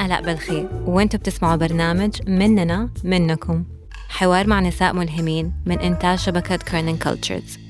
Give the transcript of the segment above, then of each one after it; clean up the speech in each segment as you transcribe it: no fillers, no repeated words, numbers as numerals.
آلاء بلخي، وانتوا بتسمعوا برنامج مننا منكم، حوار مع نساء ملهمين من إنتاج شبكة كيرنين كولتشرز.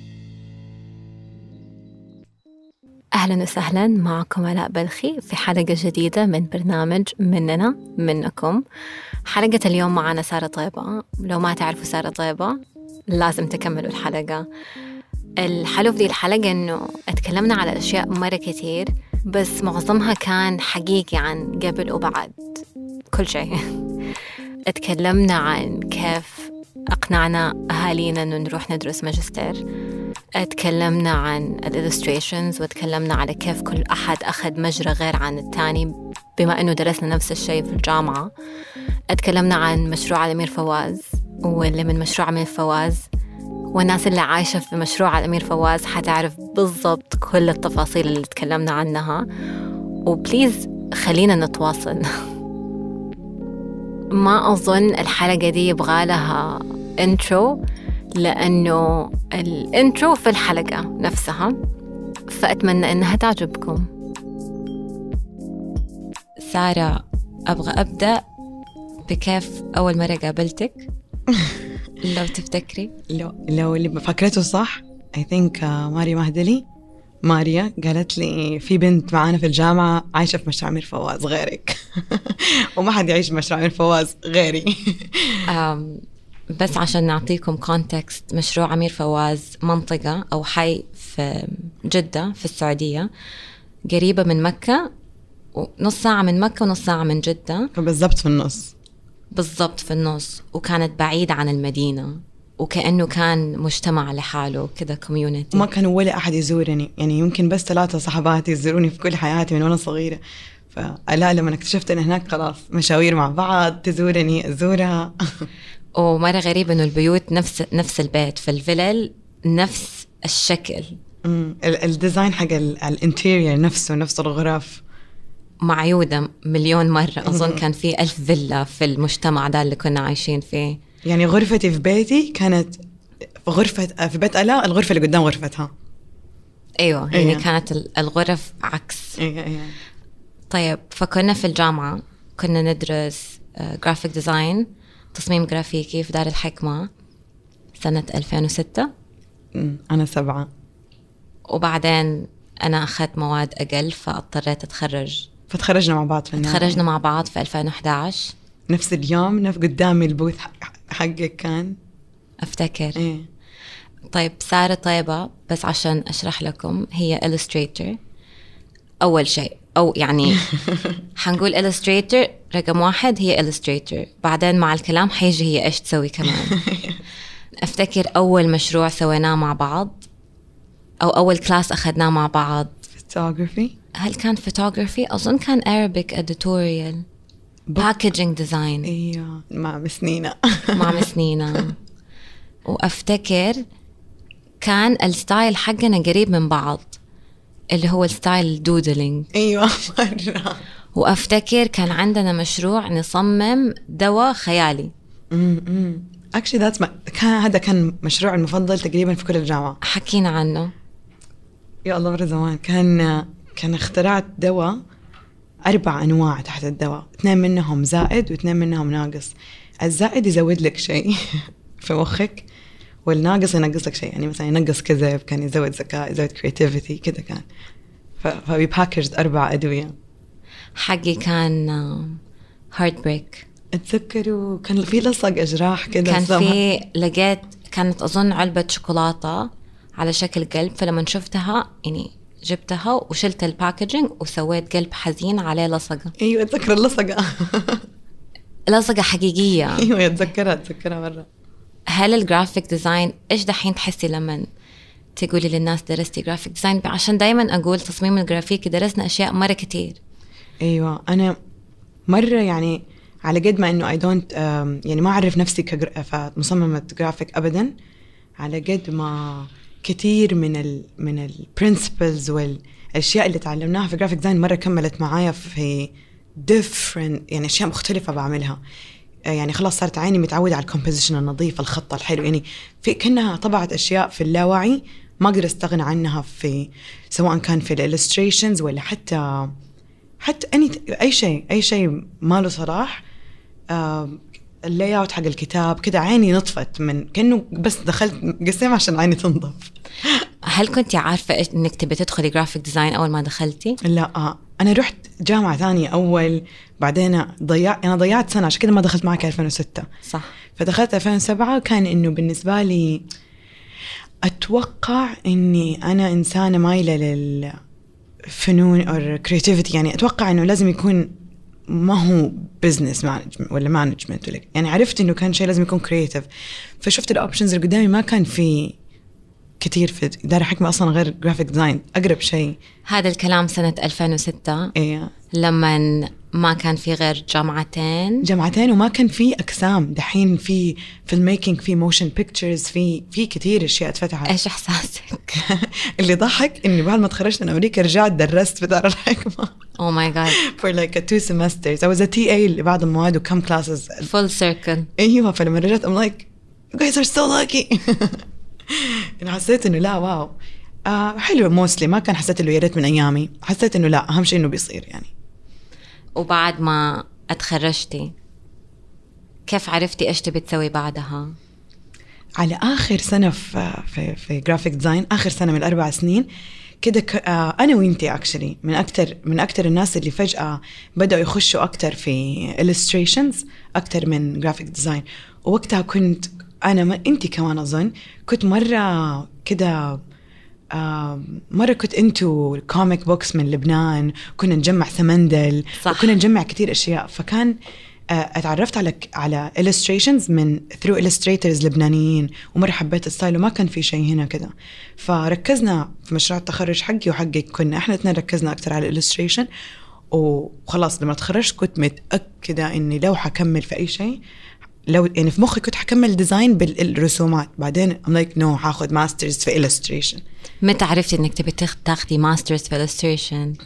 أهلا وسهلا معكم آلاء بلخي في حلقة جديدة من برنامج مننا منكم. حلقة اليوم معنا سارة طيبة. لو ما تعرفوا سارة طيبة لازم تكملوا الحلقة. الحلو في دي الحلقة إنه اتكلمنا على أشياء مرة كتير، بس معظمها كان حقيقي عن قبل وبعد كل شيء. اتكلمنا عن كيف أقنعنا أهالينا إنه نروح ندرس ماجستير، اتكلمنا عن الإلستريشنز، واتكلمنا على كيف كل أحد أخذ مجرى غير عن التاني بما إنه درسنا نفس الشيء في الجامعة. اتكلمنا عن مشروع الأمير فواز، واللي من مشروع الأمير فواز، والناس اللي عايشة في مشروع الأمير فواز حتعرف بالضبط كل التفاصيل اللي تكلمنا عنها. وبليز خلينا نتواصل. ما أظن الحلقة دي يبغى لها انترو، لأنه الانترو في الحلقة نفسها، فأتمنى أنها تعجبكم. سارة، أبغى أبدأ بكيف أول مرة قابلتك. لو تفتكري. لو اللي بفكرته صح I think ماريا مهدلي. ماريا قالت لي في بنت معانا في الجامعة عايشة في مشروع أمير فواز غيرك. وما حد يعيش في مشروع أمير فواز غيري. بس عشان نعطيكم كونتكست، مشروع أمير فواز منطقة أو حي في جدة في السعودية، قريبة من مكة، ونص ساعة من مكة ونص ساعة من جدة، فبالضبط في النص. بالضبط في النص. وكانت بعيدة عن المدينة، وكأنه كان مجتمع لحاله كده، كوميونيتي. ما كان ولا أحد يزورني، يعني يمكن بس 3 صحباتي يزوروني في كل حياتي من وأنا صغيرة. فلا لما اكتشفت أن هناك خلاص مشاوير مع بعض، تزورني أزورها. ومرة غريب إنه البيوت نفس البيت في الفلل، نفس الشكل. الديزاين حق الانتيريور نفس الغرف معيودة مليون مرة. أظن كان في 1000 فيلا في المجتمع ده اللي كنا عايشين فيه. يعني غرفتي في بيتي كانت في بيت آلاء الغرفة اللي قدام غرفتها. أيوة. يعني كانت الغرف عكس. أيوة. طيب، فكنا في الجامعة كنا ندرس جرافيك ديزاين، تصميم جرافيكي في دار الحكمة سنة 2006. أنا 7. وبعدين أنا أخذت مواد أقل فاضطريت أتخرج، فتخرجنا مع بعض تخرجنا مع بعض في 2011 نفس اليوم. قدامي البوث حقك كان أفتكر. إيه. طيب، سارة طيبة، بس عشان أشرح لكم، هي illustrator أول شيء، أو يعني حنقول illustrator رقم 1 هي illustrator، بعدين مع الكلام حيجي هي إيش تسوي كمان. أفتكر أول مشروع سويناه مع بعض، أو أول كلاس أخذناه مع بعض، photography. هل كان photography؟ أظن كان Arabic editorial packaging design. ايوه، مع مسنينة. مع مسنينة. وأفتكر كان الستايل حقنا قريب من بعض، اللي هو الستايل دودلينج. ايوه مرة. وأفتكر كان عندنا مشروع نصمم دواء خيالي. actually هذا كان مشروع المفضل تقريبا في كل الجامعة. حكينا عنه. يا الله، مرة زمان. كان اخترعت دواء 4 أنواع تحت الدواء، 2 منهم زائد و2 منهم ناقص. الزائد يزود لك شيء في مخك، والناقص ينقص لك شيء. يعني مثلا ينقص كذب، كان يزود ذكاء، يزود creativity كذا كان. فبيباكجد 4 أدوية. حقي كان heartbreak. اتذكروا كان في لصق أجراح كذا، كان في لقيت، كانت أظن علبة شوكولاتة على شكل قلب، فلما شفتها يعني جبتها وشلت الباكجينج وسويت قلب حزين عليه لصقة. ايوه اتذكر اللصقة. لصقة حقيقية. ايوه اتذكرها مرة. هل الجرافيك ديزاين ايش دحين تحسي لما تقولي للناس درستي جرافيك ديزاين؟ عشان دايما اقول تصميم الجرافيكي درسنا اشياء مرة كتير. ايوه، انا مرة يعني على قد ما انه I don't يعني ما اعرف نفسي كمصممة جرافيك ابدا، على قد ما كتير من البرنسبلز والاشياء اللي تعلمناها في جرافيك ديزاين مرة كملت معايا في different، يعني اشياء مختلفة بعملها. يعني خلاص صارت عيني متعودة على الكومبوزيشن النظيف، الخط الحلو، يعني في كأنها طبعت أشياء في اللاوعي ما أقدر أستغنى عنها، في سواء كان في الإلستريشنز ولا حتى حتى أي شيء ما له صلاح. اللاي اوت حق الكتاب كده عيني نطفت من كأنه بس دخلت قسم عشان عيني تنضف. هل كنتي عارفة إنك تبي تدخلي جرافيك ديزاين أول ما دخلتي؟ لا أنا رحت جامعة ثانية أول، بعدين أنا ضيعت سنة عشان كده ما دخلت معك 2006. صح. فدخلت 2007. كان إنه بالنسبة لي أتوقع إني أنا إنسانة مايلة للفنون أو creativity، يعني أتوقع إنه لازم يكون ما هو business management ولا management ولا، يعني عرفت إنه كان شيء لازم يكون creative. فشفت الأوبشنز اللي قدامي ما كان في كتير في إدارة حكمة أصلا غير جرافيك ديزاين، أقرب شيء. هذا الكلام سنة 2006. إيه. لما ما كان في غير جامعتين وما كان في أقسام. دحين في الميكينج، في موشن بيكتشرز، في كتير أشياء اتفتحت. إيش إحساسك؟ اللي ضحك إني بعد ما تخرجت من أمريكا رجعت درست في دار الحكمة. Oh my God. For like 2 semesters. I was a TA لبعض المواد وكم classes. Full circle. أيوة. فلما رجعت I'm like you guys are so lucky. أنا حسيت إنه لا واو حلو موسلي. ما كان حسيت إنه يا ريت من أيامي، حسيت إنه لا أهم شيء إنه بيصير يعني. وبعد ما اتخرجتي كيف عرفتي إيش تبي تسوي بعدها؟ على آخر سنة في جرافيك ديزاين، آخر سنة من 4 سنين كده أنا وإنتي actually من أكتر الناس اللي فجأة بدأوا يخشوا أكتر في illustrations أكتر من جرافيك ديزاين. ووقتها كنت أنا إنتي كمان أظن كنت مرة كده مرة كنت انتو كوميك بوكس من لبنان، كنا نجمع ثمندل. صح. وكنا نجمع كتير أشياء. فكان اتعرفت على illustrations من through illustrators لبنانيين، ومرة حبيت الستايل وما كان في شيء هنا كده. فركزنا في مشروع التخرج حقي وحقك، كنا احنا اثنين ركزنا أكتر على illustration. وخلاص لما تخرجت كنت متأكدة إني لو حكمل في أي شيء، لو يعني في مخي كنت حكمل ديزاين بالرسومات، بعدين I'm like no هاخد ماسترز في illustration. متى عرفتي إنك تبي تاخدي ماسترز في illustration؟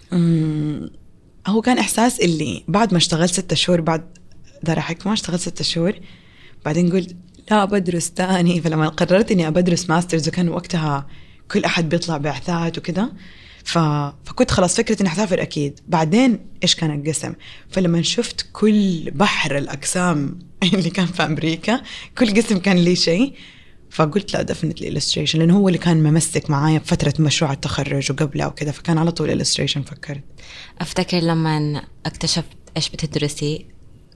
هو كان إحساس اللي بعد ما اشتغلت 6 شهور بعد دار حكمة، اشتغلت 6 شهور بعدين قلت لا بدرس تاني. فلما قررت إني أبدرس ماسترز، وكان وقتها كل أحد بيطلع بعثات وكده، فكنت خلاص فكرة إني حسافر أكيد. بعدين إيش كان القسم؟ فلما شفت كل بحر الأقسام اللي كان في أمريكا، كل قسم كان لي شيء، فقلت لا definitely illustration، لأنه هو اللي كان ممسك معايا بفترة مشروع التخرج وقبله وكده، فكان على طول illustration فكرت. أفتكر لما اكتشفت إيش بتدرسي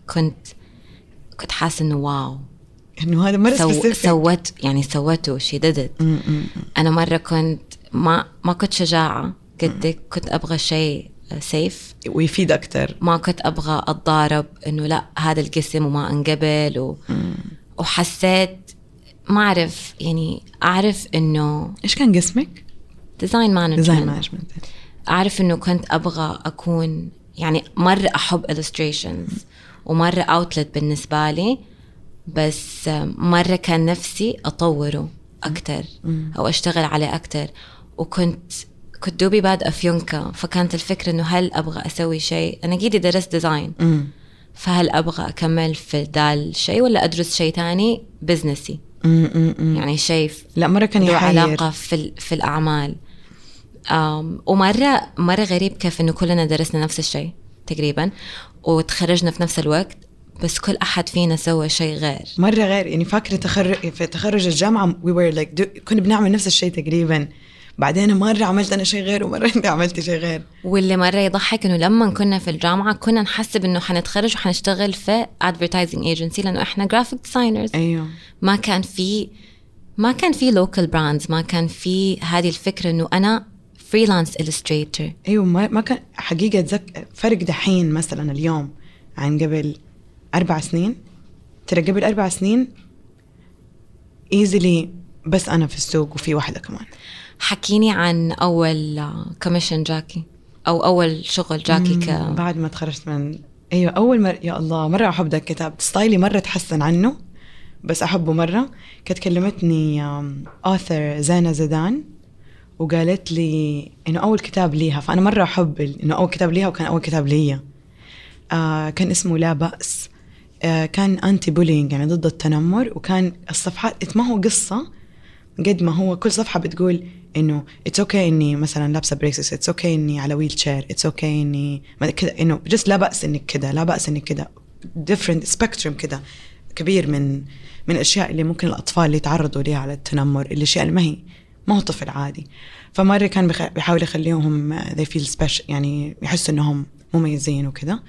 كنت حاسة إنه واو، إنه هذا مرة سوته she did it. أنا مرة كنت ما كنت شجاعة قدك، كنت أبغى شيء سيف ويفيد أكتر. ما كنت أبغى أتضارب إنه لا هذا القسم وما انقبل وحسيت ما أعرف، يعني أعرف إنه إيش كان قسمك؟ ديزاين مانجمنت. أعرف إنه كنت أبغى أكون يعني مرة أحب illustrations ومرة outlet بالنسبة لي، بس مرة كان نفسي أطوره أكتر أو أشتغل عليه أكتر. وكنت دوبي بادئة في يونكا، فكانت الفكرة إنه هل أبغى أسوي شيء، أنا جيدي درست ديزاين، فهل أبغى أكمل في دال شيء ولا أدرس شيء تاني بزنسي، يعني شيء لا مرة كان له علاقة في الأعمال. ومرة غريب كيف إنه كلنا درسنا نفس الشيء تقريبا وتخرجنا في نفس الوقت، بس كل أحد فينا سوى شيء غير، مرة غير. يعني فاكرة في تخرج الجامعة we were like كنا بنعمل نفس الشيء تقريبا، بعدين مرة عملت أنا شيء غير ومرة أنت عملتي شيء غير. واللي مرة يضحك إنه لما كنا في الجامعة كنا نحسب إنه حنتخرج وحنشتغل في advertising agency لأنه إحنا graphic designers. أيوه. ما كان في local brands، ما كان في هذه الفكرة إنه أنا freelance illustrator. أيوه ما كان حقيقة فرق دحين مثلا اليوم عن قبل 4 سنين. ترى قبل 4 سنين easily بس أنا في السوق وفي واحدة كمان. حكيني عن أول كوميشن جاكي أو أول شغل جاكي بعد ما تخرجت من أيوة أول مرة. يا الله مرة أحب ذا الكتاب، ستايلي مرة تحسن عنه بس أحبه مرة. كانت كلمتني author زينة زدان وقالت لي إنه أول كتاب ليها، فأنا مرة أحب إنه أول كتاب ليها وكان أول كتاب لي. كان اسمه لا بأس. كان أنتي بولينج يعني ضد التنمر، وكان الصفحات ما هو قصة قد ما هو كل صفحة بتقول إنه it's okay إني مثلا لابسة بريكسس، it's okay إني على ويل شير، it's okay إني كده، إنه just لا بأس إنك كده، لا بأس إنك كده. different spectrum كده كبير من الأشياء اللي ممكن الأطفال اللي يتعرضوا ليها على التنمر، الأشياء اللي ما هو طفل عادي. فمرة كان بيحاول يخليهم they feel special، يعني يحسوا إنهم مميزين وكده.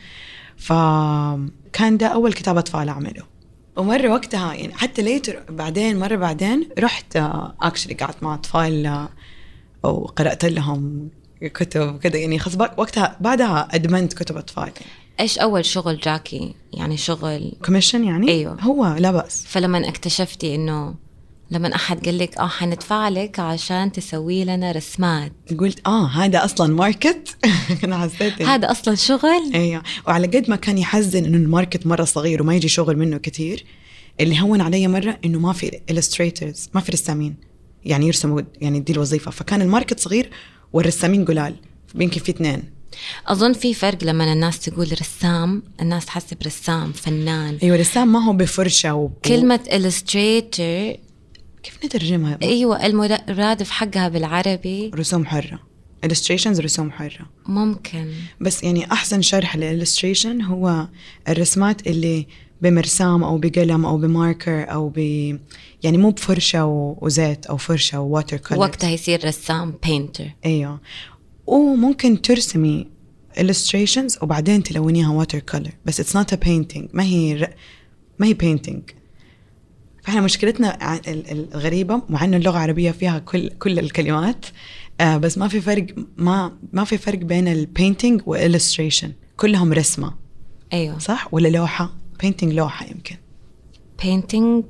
فكان ده أول كتاب أطفال أعمله. ومرة وقتها يعني حتى ليتر بعدين مرة بعدين رحت actually قعدت مع أطفال وقرأت لهم كتب كده، يعني وقتها بعدها أدمنت كتب أطفال يعني. إيش أول شغل جاكي؟ يعني شغل كوميشن يعني؟ أيوه. هو لا بأس. فلما اكتشفتي إنه لما أحد قال لك حندفع لك عشان تسوي لنا رسمات، قلت هذا أصلا ماركت. أنا حسيت هذا أصلا شغل. أيوه. وعلى قد ما كان يحزن إنه الماركت مرة صغير وما يجي شغل منه كتير، اللي هون علي مرة إنه ما في illustrators، ما في رسامين يعني يرسموا يعني دي الوظيفة. فكان الماركت صغير والرسامين قلال، يمكن في 2. أظن في فرق لما الناس تقول رسام، الناس تحسب رسام فنان. أيوة، رسام ما هو بفرشة كلمة illustrator كيف نترجمها؟ أيوة، المرادف حقها بالعربي رسوم حرة. illustrations رسوم حرة ممكن. بس يعني أحسن شرح للillustration هو الرسمات اللي بمرسام أو بقلم أو بماركر أو يعني مو بفرشة وزيت أو فرشة وواتر كولر. وقتها يصير رسام painter. أيوة. وممكن ترسمي illustrations وبعدين تلونيها water color، بس it's not a painting، ما هي painting. فإحنا مشكلتنا الغريبة، مع إنه اللغة العربية فيها كل الكلمات، بس ما في فرق، ما في فرق بين البينتينج والillustration، كلهم رسمة. أيوة صح ولا لوحة؟ painting لوحة، يمكن painting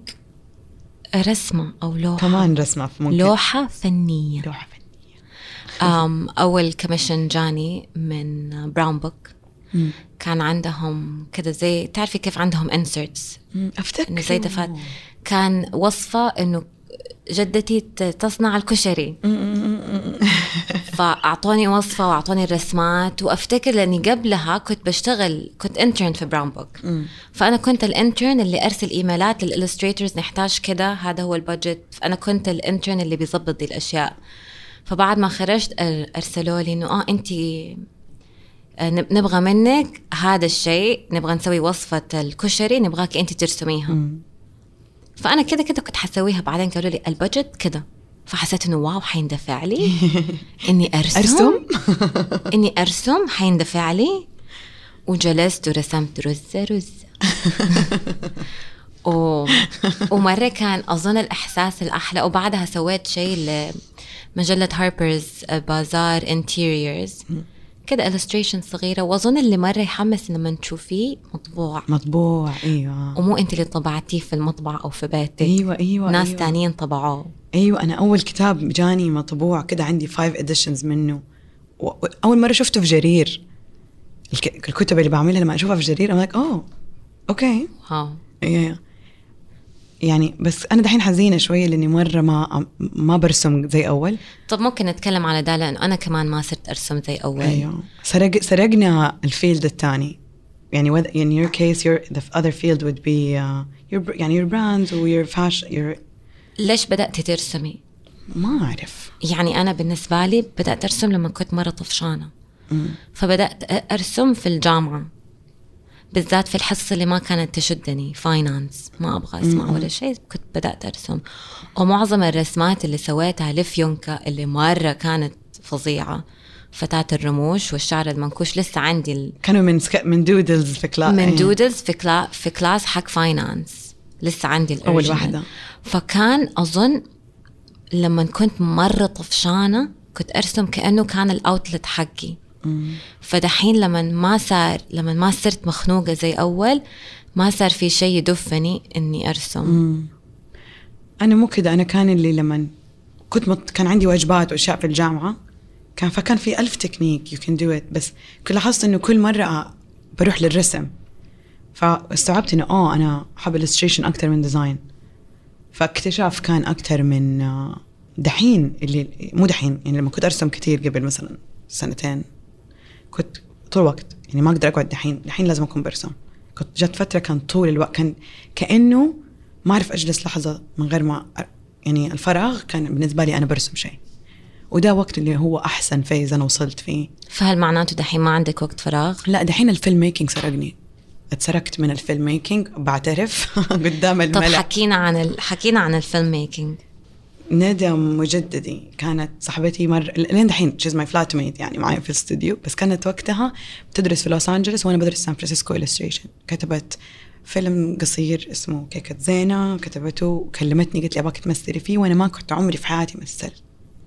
رسمة أو لوحة، كمان رسمة ممكن. لوحة فنية. أول كوميشن جاني من براون بوك، كان عندهم كده زي تعرفي كيف عندهم inserts، أفتكر زي دفات، كان وصفة إنه جدتي تصنع الكشري. فأعطوني وصفة وأعطوني الرسمات. وأفتكر لأني قبلها كنت intern في براون بوك، فأنا كنت الانترن اللي أرسل إيميلات للإلستريتورز، نحتاج كده، هذا هو البادجت. فأنا كنت الانترن اللي بيضبط دي الأشياء. فبعد ما خرجت أرسلوا لي إنه أنتي نبغى منك هذا الشيء، نبغى نسوي وصفة الكشري، نبغاك أنتي ترسميها. فأنا كده كنت حسويها. بعدين قالوا لي البادجت كده، فحسيت إنه واو حيندفع لي إني أرسم إني أرسم، حيندفع لي. وجلست ورسمت رزة ومرة كان أظن الإحساس الأحلى. وبعدها سويت شيء لمجلة هاربرز بازار انتيريورز كده، illustration صغيرة. وأظن اللي مرة يحمس لما تشوفيه مطبوع. أيوة. ومو أنت اللي طبعتيه في المطبعة أو في بيتك. أيوة. ناس تانيين طبعوه. أيوة. أنا أول كتاب جاني مطبوع كده، عندي 5 editions منه. أول مرة شفته في جرير. الكتب اللي بعملها لما أشوفها في جرير I'm like أوكي. يعني بس أنا دحين حزينة شوية لأني مرة ما برسم زي أول. طب ممكن نتكلم على ده، لأنه أنا كمان ما صرت أرسم زي أول. أيوة. سرقنا الفيلد الثاني. يعني in your case the other field would be your brand و your fashion. ليش بدأت ترسمي؟ ما أعرف. يعني أنا بالنسبة لي بدأت أرسم لما كنت مرة طفشانة. فبدأت أرسم في الجامعة، بالذات في الحصة اللي ما كانت تشدني، فاينانس، ما أبغى أسمع ولا شيء، كنت بدأت أرسم. ومعظم الرسمات اللي سويتها لفيونكا اللي مرة كانت فظيعة، فتاة الرموش والشعر المنكوش، لسه عندي كانوا من دودلز في كلاس، من دودلز في كلاس حق فاينانس، لسه عندي أول واحدة. فكان أظن لما كنت مرة طفشانة كنت أرسم كأنه كان الأوتلت حقي. فدحين لما ما صرت مخنوقة زي أول، ما صار في شيء يدفني إني أرسم. أنا مو كده. أنا كان اللي لما كان عندي واجبات وأشياء في الجامعة، فكان في 1000 تكنيك you can do it، بس لاحظت إنه كل مرة بروح للرسم، فاستوعبت إنه أنا حب illustration أكتر من ديزاين. فاكتشاف كان أكتر من دحين، اللي مو دحين يعني لما كنت أرسم كتير قبل مثلا 2 كنت طول الوقت يعني ما أقدر أقعد. دحين لازم أكون برسم. كنت جت فترة كان طول الوقت كان كأنه ما أعرف أجلس لحظة من غير ما يعني الفراغ كان بالنسبة لي أنا برسم شيء، وده وقت اللي هو أحسن فيز أنا وصلت فيه. فهل معناته دحين ما عندك وقت فراغ؟ لا، دحين الفيلم ميكينج سرقني، اتسرقت من الفيلم ميكينج، بعترف قدام الملأ. طب حكينا عن الفيلم ميكينج. ندى مجددي كانت صاحبتي مرة، لين دحين she's my flatmate يعني معي في الاستوديو، بس كانت وقتها بتدرس في لوس أنجلوس وأنا بدرس سان فرانسيسكو إلستريشن. كتبت فيلم قصير اسمه كيكة زينة، كتبته وكلمتني قلت لي أباك تمثلي فيه، وأنا ما كنت عمري في حياتي مثلت.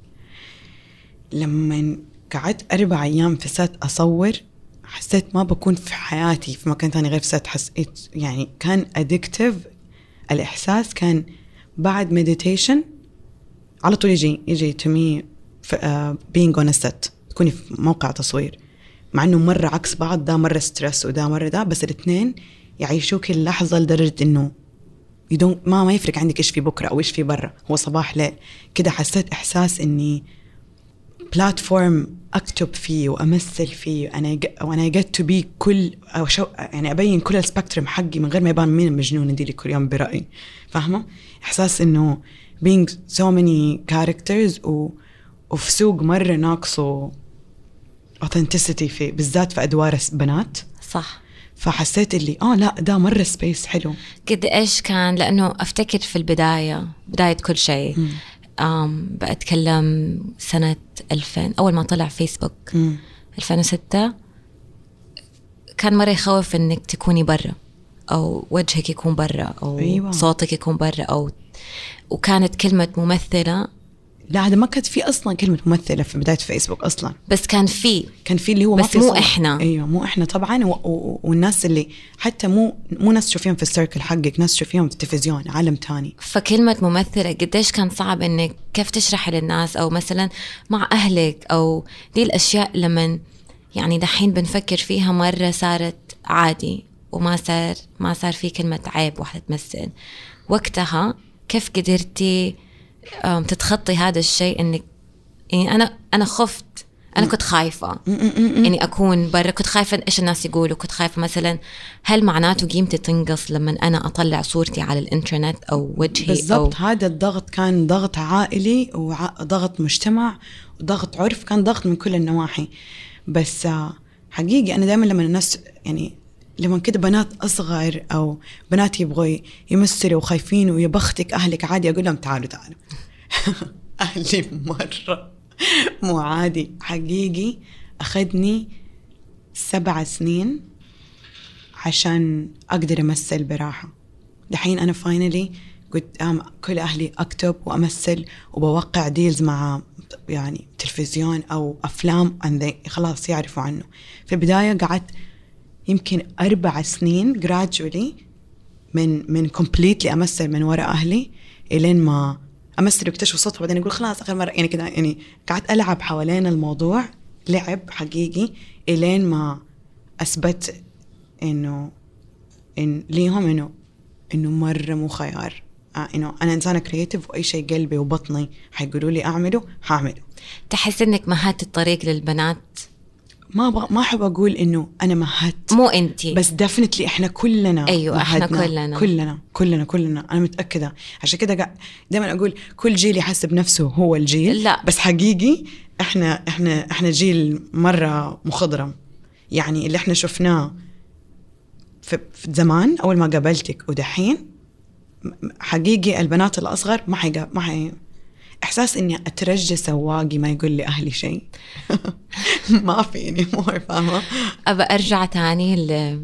لما قعدت 4 أيام في سات أصور حسيت ما بكون في حياتي في مكان تاني غير في سات. حسيت يعني كان addictive الإحساس. كان بعد meditation على طول يجي to me being on a set، تكوني في موقع تصوير، مع إنه مرة عكس بعض، ده مرة ستريس وده مرة ده، بس الاثنين يعيشوك اللحظة لدرجة إنه ما يفرق عندك إيش في بكرة أو إيش في برا، هو صباح ليل كده. حسيت إحساس إني بلاتفورم أكتب فيه وأمثل فيه، وأنا get to be كل أو يعني أبين كل السبكترم حقي من غير ما يبان مين المجنون دي اللي كل يوم برأي، فاهمة؟ إحساس إنه being so many characters وفي سوق مرة ناقصه authenticity في بالذات في أدوار البنات. صح. فحسيت اللي لا ده مرة سبيس حلو. قد إيش كان؟ لأنه أفتكر في بداية كل شيء بأتكلم سنة 2000 أول ما طلع فيسبوك 2006، كان مرة يخوف إنك تكوني برا أو وجهك يكون برا أو أيوة. صوتك يكون برا وكانت كلمة ممثلة. لا، هذا ما كانت في أصلا كلمة ممثلة في بداية فيسبوك أصلا، بس كان في اللي هو بس مو إحنا. أيوة مو إحنا طبعا. والناس اللي حتى مو ناس تشوفيهم في السيركل حقك، ناس تشوفيهم في التلفزيون، عالم تاني. فكلمة ممثلة قديش كان صعب إنك كيف تشرحي للناس، أو مثلا مع أهلك، أو دي الأشياء لمن يعني دحين بنفكر فيها مرة صارت عادي، وما صار في كلمة عيب واحدة تمثل. وقتها كيف قدرتي تتخطي هذا الشيء؟ إنك يعني أنا خفت، أنا كنت خايفة إني أكون برا، كنت خايفة إيش الناس يقولوا، كنت خايفة مثلا هل معناته قيمتي تنقص لما أنا أطلع صورتي على الإنترنت أو وجهي؟ بالضبط. هذا الضغط كان ضغط عائلي وضغط مجتمع وضغط عرف، كان ضغط من كل النواحي. بس حقيقي أنا دائما لما الناس يعني لما كده بنات أصغر أو بنات يبغوا يمثلوا وخايفين ويبختك أهلك عادي، أقول لهم تعالوا أهلي مرة مو عادي. حقيقي أخذني 7 سنين عشان أقدر أمثل براحة. دحين أنا فاينلي قدام كل أهلي أكتب وأمثل وبوقع ديلز مع يعني تلفزيون أو أفلام خلاص يعرفوا عنه. في البداية قعدت يمكن 4 سنين gradually من completely أمثل من وراء أهلي إلين ما أمثل واكتشف صوت، وبعدين أقول خلاص آخر مرة يعني كده. يعني قعدت ألعب حوالين الموضوع لعب حقيقي إلين ما أثبت إنه ليهم إنه مرة مو خيار، إنه أنا إنسانة كرياتيف وأي شيء قلبي وبطني حيقولوا لي أعمله هعمله. تحس إنك مهدت الطريق للبنات؟ ما أحب أقول إنه أنا مهدت، مو أنتي، بس definitely إحنا كلنا. أيوة إحنا كلنا أنا متأكدة. عشان كده دائما أقول كل جيل يحسب نفسه هو الجيل. لا. بس حقيقي إحنا جيل مرة مخضرم. يعني اللي إحنا شفناه في زمان أول ما قابلتك ودحين، حقيقي البنات الأصغر ما حي إحساس إني أترجى سواقي ما يقول لي أهلي شيء. ما فيني مو فاهمة. أبى أرجع تاني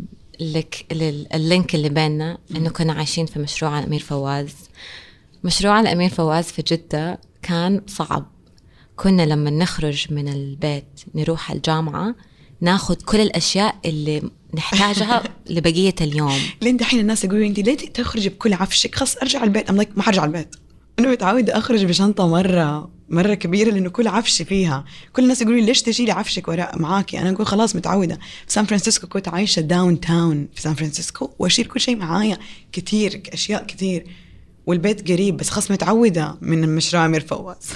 لللينك اللي بيننا، إنه كنا عايشين في مشروع الأمير فواز. مشروع الأمير فواز في جدة كان صعب. كنا لما نخرج من البيت نروح الجامعة ناخد كل الأشياء اللي نحتاجها لبقية اليوم. لين دحين الناس يقولوا أنت ليه تخرج بكل عفشك؟ خلاص أرجع البيت. ما حرجع البيت. أنا متعودة أخرج بشنطة مرة كبيرة لأنه كل عفشي فيها. كل الناس يقولوا ليش تشيلي عفشك وراء معاكي؟ أنا أقول خلاص متعودة. في سان فرانسيسكو كنت عايشة داون تاون في سان فرانسيسكو وأشيل كل شيء معايا كتير، أشياء كتير، والبيت قريب، بس خلاص متعودة من مشروع أمير فواز.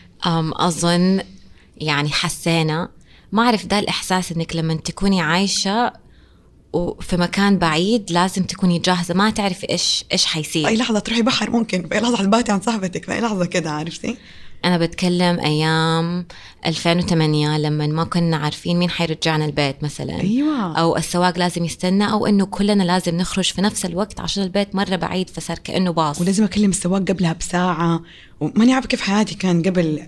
أظن يعني حسينا، ما أعرف ده الإحساس إنك لما تكوني عايشة وفي مكان بعيد لازم تكوني جاهزة، ما تعرفي إيش حيصير. أي لحظة تروحي بحر، ممكن في أي لحظة تباتي عن صاحبتك، في أي لحظة كده، عرفتي؟ أنا بتكلم أيام 2008 لما ما كنا عارفين مين حيرجعنا البيت مثلا. أيوة. أو السواق لازم يستنى، أو إنه كلنا لازم نخرج في نفس الوقت عشان البيت مرة بعيد، فصار كأنه باص ولازم أكلم السواق قبلها بساعة. وماني عارفة كيف حياتي كان قبل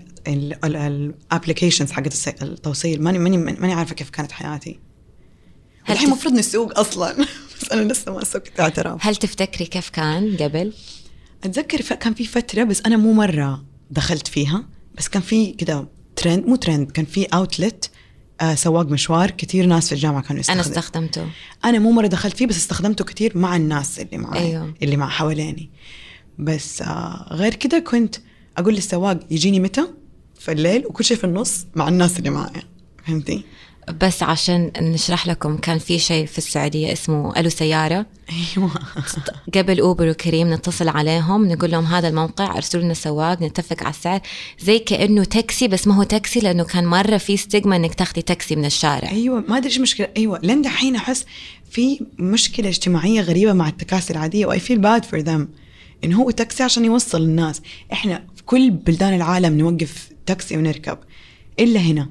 الابليكيشنز حقت التوصيل. ماني عارفة كيف كانت حياتي. الحين المفروض نسوق أصلا بس أنا لسه ما سوقت، اعتراف. هل تفتكري كيف كان قبل؟ أتذكر كان في فترة، بس أنا مو مرة دخلت فيها، بس كان في كده ترند، مو ترند، كان في اوتلت سواق مشوار، كتير ناس في الجامعة كانوا أنا استخدمته. أنا مو مرة دخلت فيه، بس استخدمته كتير مع الناس اللي معي. أيوه. اللي مع حواليني. بس غير كده كنت أقول للسواق يجيني متى في الليل، وكل شيء في النص مع الناس اللي معي، فهمتي؟ بس عشان نشرح لكم، كان في شيء في السعودية اسمه ألو سيارة. أيوة. قبل أوبر وكريم نتصل عليهم نقول لهم هذا الموقع، أرسلوا لنا سواق، نتفق على السعر، زي كأنه تاكسي، بس ما هو تاكسي لأنه كان مرة في ستيغما إنك تاخدي تاكسي من الشارع. أيوة، ما أدري إيش مشكلة. أيوة، لين دحين أحس في مشكلة اجتماعية غريبة مع التكاسي العادية، و I feel bad for them. إنه هو تاكسي عشان يوصل الناس. إحنا في كل بلدان العالم نوقف تاكسي ونركب، إلا هنا.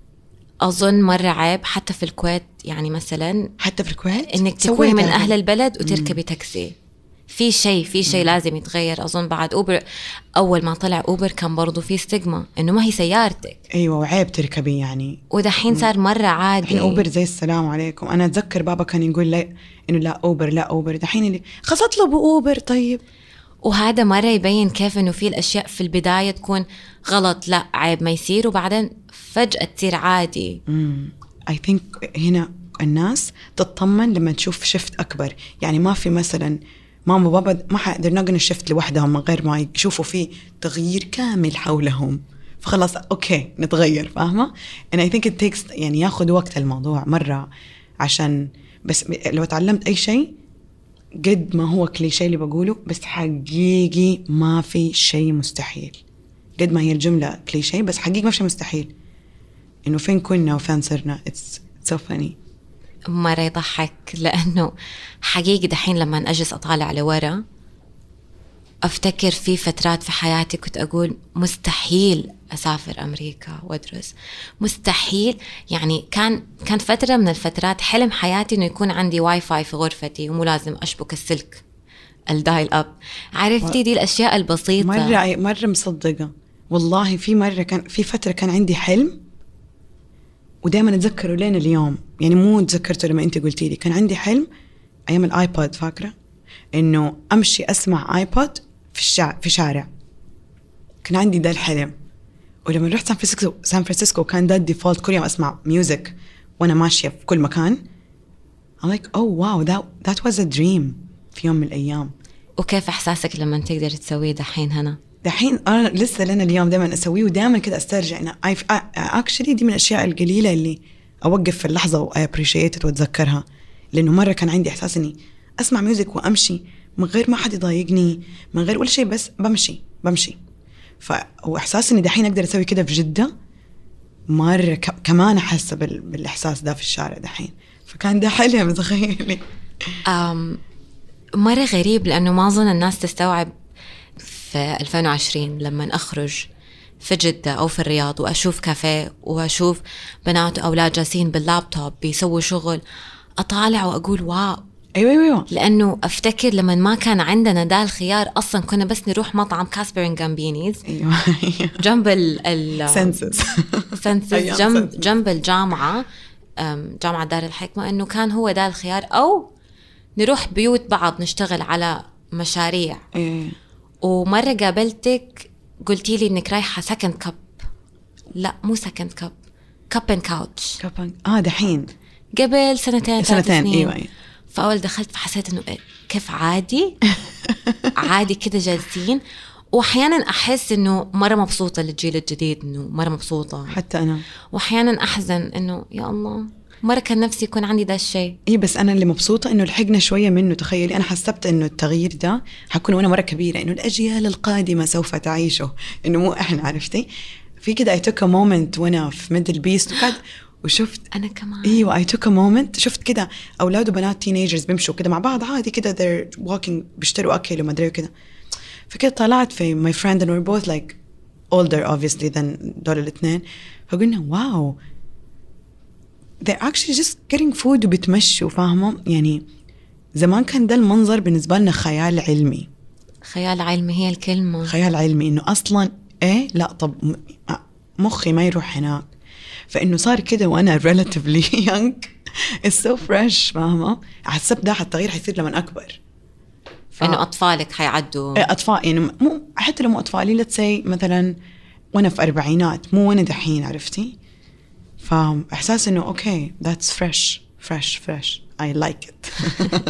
أظن مرة عيب حتى في الكويت، يعني مثلا حتى في الكويت إنك تكوني من أهل البلد وتركبي تاكسي. في شيء لازم يتغير. أظن بعد أوبر، أول ما طلع أوبر كان برضو في ستيغما إنه ما هي سيارتك. أيوة، وعيب تركبي يعني. ودحين صار مرة عادي. الحين أوبر زي السلام عليكم. أنا أتذكر بابا كان يقول لي إنه لا أوبر، دحين اللي خلاص اطلبوا أوبر. طيب، وهذا مرة يبين كيف إنه في الأشياء في البداية تكون غلط، لا عيب ما يصير، وبعدين فجأة تصير عادي. I think هنا الناس تطمن لما تشوف شفت أكبر. يعني ما في مثلا ماما وبابا ما حيقدر نقن الشفت لوحدهم من غير ما يشوفوا فيه تغيير كامل حولهم، فخلاص أوكي نتغير، فاهمة؟ and I think it takes يعني ياخد وقت الموضوع مرة، عشان بس لو تعلمت أي شيء قد ما هو كليشيه اللي بقوله، بس حقيقي ما في شيء مستحيل. قد ما هي الجملة كليشيه، بس حقيقي ما في شيء مستحيل. إنه فين كنا وفين صرنا. It's so funny. مرة يضحك، لأنه حقيقي دحين لما أجلس أطالع لورا أفتكر في فترات في حياتي كنت أقول مستحيل أسافر أمريكا وأدرس، مستحيل. يعني كان فترة من الفترات حلم حياتي إنه يكون عندي واي فاي في غرفتي، ومو لازم أشبك السلك الدايل أب. عرفتي دي الأشياء البسيطة. مرة مصدقة والله. في فترة كان عندي حلم، ودائما أتذكره لين اليوم. يعني مو تذكرته لما أنت قلتي لي، كان عندي حلم أيام الآيباد، فاكرة؟ إنه أمشي أسمع آيباد في شارع. كان عندي ده الحلم. ولما رحت سان فرانسيسكو كان ده الديفولت، كل يوم أسمع ميوزك وأنا ماشية في كل مكان. I'm like oh wow that was a dream في يوم من الأيام. وكيف إحساسك لما تقدر تسويه دحين هنا؟ دحين أنا لسه لنا اليوم دائما أسويه، ودائما كده أسترجع. أنا actually دي من الأشياء القليلة اللي أوقف في اللحظة و I appreciate it وأتذكرها. لأنه مرة كان عندي إحساس إني أسمع ميوزك وأمشي من غير ما حد يضايقني، من غير ولا شيء، بس بمشي. وإحساس إني دحين أقدر أسوي كده في جدة، مرة كمان أحس بالإحساس ده في الشارع دحين. فكان ده حلم، تخيلي. مرة غريب، لأنه ما أظن الناس تستوعب في 2020 لما أخرج في جدة أو في الرياض وأشوف كافيه وأشوف بنات وأولاد جالسين باللابتوب بيسووا شغل، أطالع وأقول واو. أيوة. لأنه أفتكر لما ما كان عندنا ده الخيار أصلا، كنا بس نروح مطعم كاسبرين جامبينيز. أيوة. جنب ال سنسس جنب الجامعة، جامعة دار الحكمة، إنه كان هو ده الخيار، أو نروح بيوت بعض نشتغل على مشاريع. ومرة قابلتك قلتي لي إنك رايحة سكند كاب. لا مو سكند كاب، كاب اند كاوتش. دحين قبل سنتين. أيوة. فأول دخلت فحسيت إنه كيف عادي كده جالسين. وأحيانا أحس إنه مرة مبسوطة للجيل الجديد، إنه مرة مبسوطة حتى أنا. وأحيانا أحزن إنه يا الله مرة كان نفسي يكون عندي ده الشيء. بس أنا اللي مبسوطة إنه لحقنا شوية منه. تخيلي أنا حسبت إنه التغيير ده حكون وأنا مرة كبيرة، إنه الأجيال القادمة سوف تعيشه، إنه مو إحنا، عرفتي؟ في كده I took a moment وأنا في ميدل بيست وشفت أنا كمان ايوه I took a moment، شفت كده اولاد وبنات تينيجرز بيمشوا كده مع بعض عادي كده they're walking بيشتروا اكل وما ادري كده. فكده طلعت في my friend and we're both like older obviously than دول الاثنين، فقلنا واو they're actually just getting food وبيتمشوا، فاهموا يعني زمان كان ده المنظر بالنسبة لنا خيال علمي. خيال علمي هي الكلمة، خيال علمي إنه أصلاً إيه لا طب مخي ما يروح هناك. فإنه صار كده وأنا relatively young it's so fresh، فاهمة؟ حسب ده التغيير حيصير لما أكبر. إنه أطفالك حيعدوا أطفال يعني مو حتى لو مو أطفالي let's say مثلاً وأنا في أربعينات مو وأنا دحين، عرفتي؟ فإحساس إنه أوكي that's fresh I like it.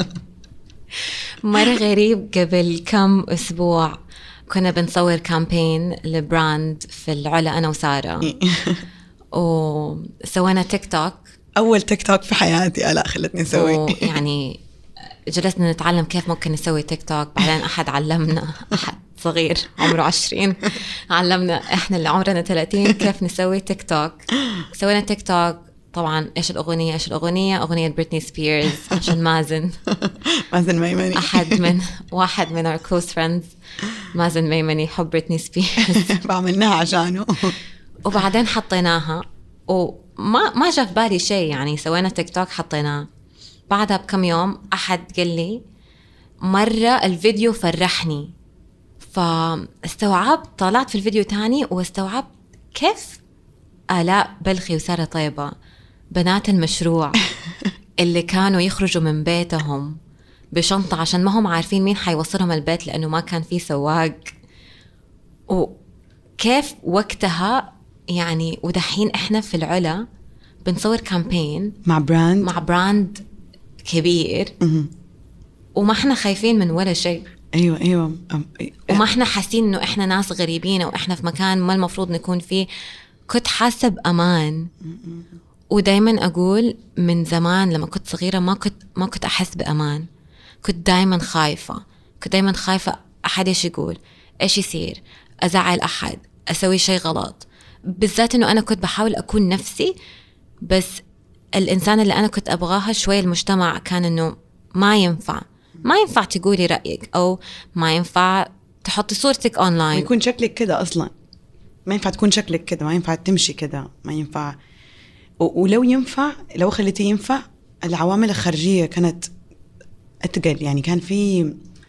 مرة غريب، قبل كم أسبوع كنا بنصور كامبين لبراند في العلا أنا وسارة وسوينا تيك توك، أول تيك توك في حياتي لا خلتني أسوي. يعني جلسنا نتعلم كيف ممكن نسوي تيك توك، بعدين أحد علمنا، أحد صغير عمره 20 علمنا إحنا اللي عمرنا 30 كيف نسوي تيك توك. سوينا تيك توك طبعا. إيش الأغنية؟ أغنية بريتني سبيرز عشان مازن ميمني واحد من our close friends، مازن ميمني يحب بريتني سبيرز بعملناها عشانه. وبعدين حطيناها وما جاء في بالي شيء، يعني سوينا تيك توك حطيناه. بعدها بكم يوم أحد قال لي مرة الفيديو فرحني، فاستوعبت، طلعت في الفيديو تاني واستوعبت كيف آلاء بلخي وسارة طيبة بنات المشروع اللي كانوا يخرجوا من بيتهم بشنطة عشان ما هم عارفين مين حيوصلهم البيت لأنه ما كان فيه سواق، وكيف وقتها يعني. ودحين إحنا في العلا بنصور كامبين مع براند كبير وما إحنا خايفين من ولا شيء. أيوة وما إحنا حاسين إنه إحنا ناس غريبين أو إحنا في مكان ما المفروض نكون فيه. كنت حاسة بأمان. ودايما أقول من زمان لما كنت صغيرة ما كنت أحس بأمان، كنت دايما خايفة أحد إيش يقول، إيش يصير، أزعل أحد، أسوي شيء غلط. بالذات إنه أنا كنت بحاول أكون نفسي، بس الإنسان اللي أنا كنت أبغاها شوي المجتمع كان إنه ما ينفع تقولي رأيك، أو ما ينفع تحطي صورتك أونلاين، يكون شكلك كده أصلا، ما ينفع تكون شكلك كده، ما ينفع تمشي كده، ما ينفع. ولو ينفع، لو خليتي ينفع، العوامل الخارجية كانت أتقل. يعني كان في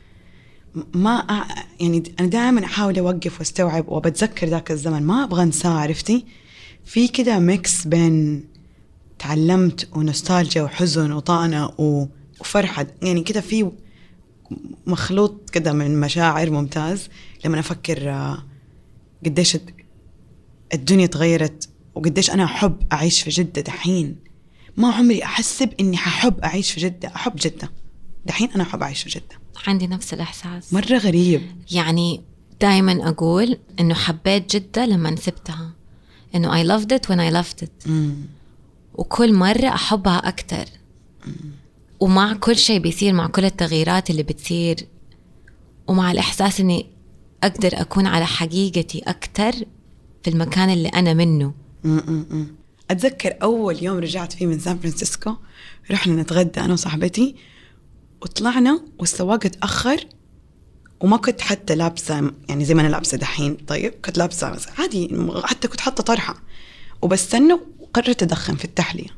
يعني أنا دائما أحاول أوقف واستوعب وبتذكر ذاك الزمن، ما أبغى أنساه، عرفتي؟ في كده ميكس بين تعلمت ونوستالجيا وحزن وطعنة وفرحة، يعني كده في مخلوط كده من مشاعر ممتاز. لما أفكر قديش الدنيا تغيرت وقديش أنا أحب أعيش في جدة دحين. ما عمري أحسب إني ححب أعيش في جدة، أحب جدة دحين، أنا أحب أعيش في جدة. عندي نفس الإحساس، مرة غريب. يعني دايما أقول إنه حبيت جدة لما سبتها، إنه I loved it when I left it. وكل مرة أحبها أكتر. ومع كل شيء بيصير، مع كل التغييرات اللي بتصير، ومع الإحساس إني أقدر أكون على حقيقتي أكتر في المكان اللي أنا منه. أتذكر أول يوم رجعت فيه من سان فرانسيسكو، رحنا نتغدى أنا وصاحبتي وطلعنا والسواق اتأخر، وما كنت حتى لابسة يعني زي ما أنا لابسة دحين. طيب كنت لابسة عادي، حتى كنت حاطة طرحة وبستنى، وقررت أدخن في التحلية.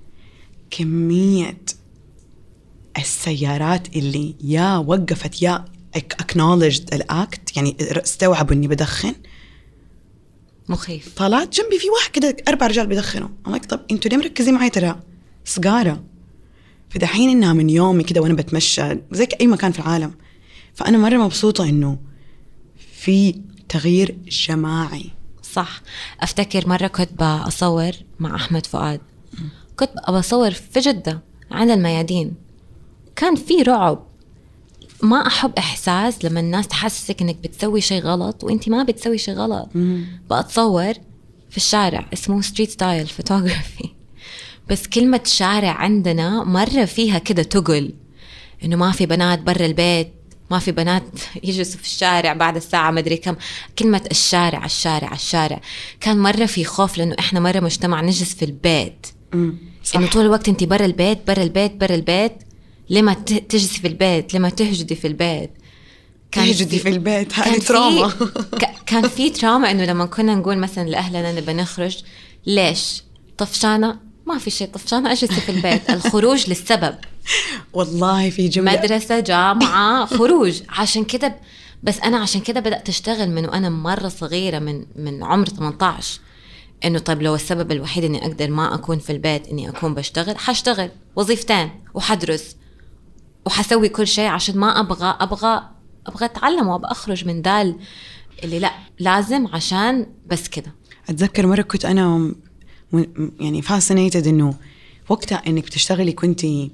كمية السيارات اللي يا وقفت يا acknowledged الأكت، يعني استوعبوا إني بدخن. مخيف. طلعت جنبي في واحد كده 4 رجال بيدخنوا. أنا طب أنتوا ليه مركزين معي؟ ترى سجارة. فدحين إنها من يومي كده وأنا بتمشى زي أي مكان في العالم. فأنا مرة مبسوطة إنه في تغيير جماعي. صح. أفتكر مرة كنت بصور مع أحمد فؤاد، كنت بصور في جدة عند الميادين، كان في رعب. ما أحب إحساس لما الناس تحسسك إنك بتسوي شيء غلط وإنتي ما بتسوي شيء غلط. بأتصور في الشارع، اسمه ستريت ستايل فوتوغرافي، بس كلمة شارع عندنا مرة فيها كده تقل، إنه ما في بنات برا البيت، ما في بنات يجلسوا في الشارع بعد الساعة مدري كم. كلمة الشارع كان مرة في خوف، لأنه إحنا مرة مجتمع نجلس في البيت، إنه طول الوقت أنت برا البيت برا البيت برا البيت، لما تجلسي في البيت، لما تهجدي في البيت. تهجدي في البيت، هذه تراما. كان في تراما إنه لما كنا نقول مثلا لأهلنا نبى نخرج، ليش طفشانة؟ ما في شيء طفشانة، أجلسي في البيت. الخروج للسبب. والله في جملة مدرسة، جامعة، خروج. عشان كده بس أنا عشان كده بدأت أشتغل من وأنا مرة صغيرة، من عمر 18. إنه طيب لو السبب الوحيد إني أقدر ما أكون في البيت إني أكون بشتغل، حشتغل وظيفتين وحدرس وحسوي كل شيء عشان ما أبغى أتعلم وأبغى أخرج من دال اللي لا لازم عشان بس كده. أتذكر مرة كنت أنا يعني fascinated إنه وقتها إنك بتشتغلي كنتي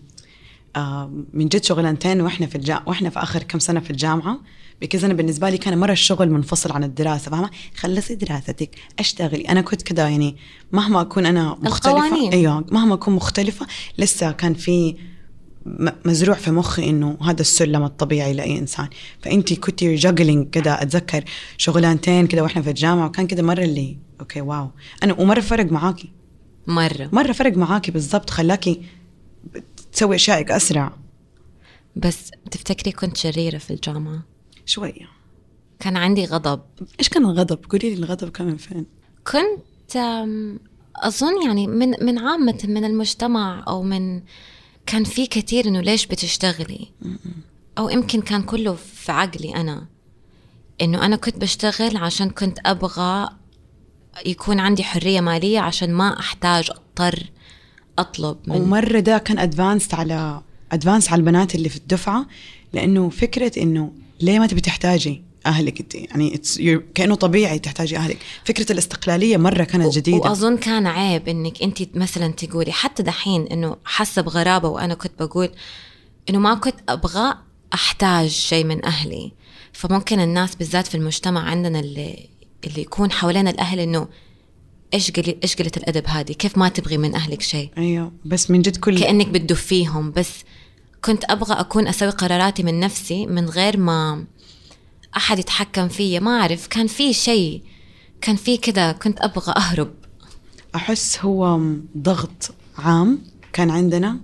من جد شغلانتين وإحنا في آخر كم سنة في الجامعة. بكذا أنا بالنسبة لي كان مرة الشغل منفصل عن الدراسة، فاهمة؟ خلصي دراستك اشتغلي. أنا كنت كده يعني مهما أكون أنا مختلفة، القوانين. أيوة مهما أكون مختلفة لسه كان في مزروع في مخي إنه هذا السلم الطبيعي لأي إنسان. فأنتي كنتي جاجلينج كده. أتذكر شغلانتين كده وإحنا في الجامعة، وكان كده مرة اللي أوكي واو أنا، ومرة فرق معاكي، مرة فرق معاكي بالضبط، خلاكي تسوي أشيائك أسرع. بس تفتكري كنت شريرة في الجامعة؟ شوية. كان عندي غضب. إيش كان الغضب؟ قولي لي الغضب كان من فين؟ كنت أظن يعني من عامة من المجتمع، أو كان في كتير إنه ليش بتشتغلي، أو يمكن كان كله في عقلي أنا، إنه أنا كنت بشتغل عشان كنت أبغى يكون عندي حرية مالية عشان ما أحتاج أضطر أطلب ومرة ده كان أدفانس على البنات اللي في الدفعة، لأنه فكرة إنه ليه ما تبي تحتاجي أهلك انت، يعني كأنه طبيعي تحتاجي أهلك. فكرة الاستقلالية مرة كانت جديدة. وأظن كان عيب إنك أنت مثلا تقولي حتى دحين إنه حاسة بغرابة، وأنا كنت بقول إنه ما كنت أبغى أحتاج شيء من أهلي. فممكن الناس بالذات في المجتمع عندنا اللي يكون حوالين الأهل إنه إيش قلة الأدب هذه، كيف ما تبغي من أهلك شيء. أيوه بس من جد كأنك بتدفيهم. بس كنت أبغى أكون أسوي قراراتي من نفسي من غير ما أحد يتحكم فيا. ما أعرف، كان في شيء، كان في كده، كنت أبغى أهرب. أحس هو ضغط عام كان عندنا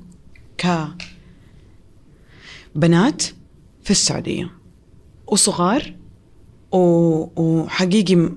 كبنات في السعودية وصغار، وحقيقي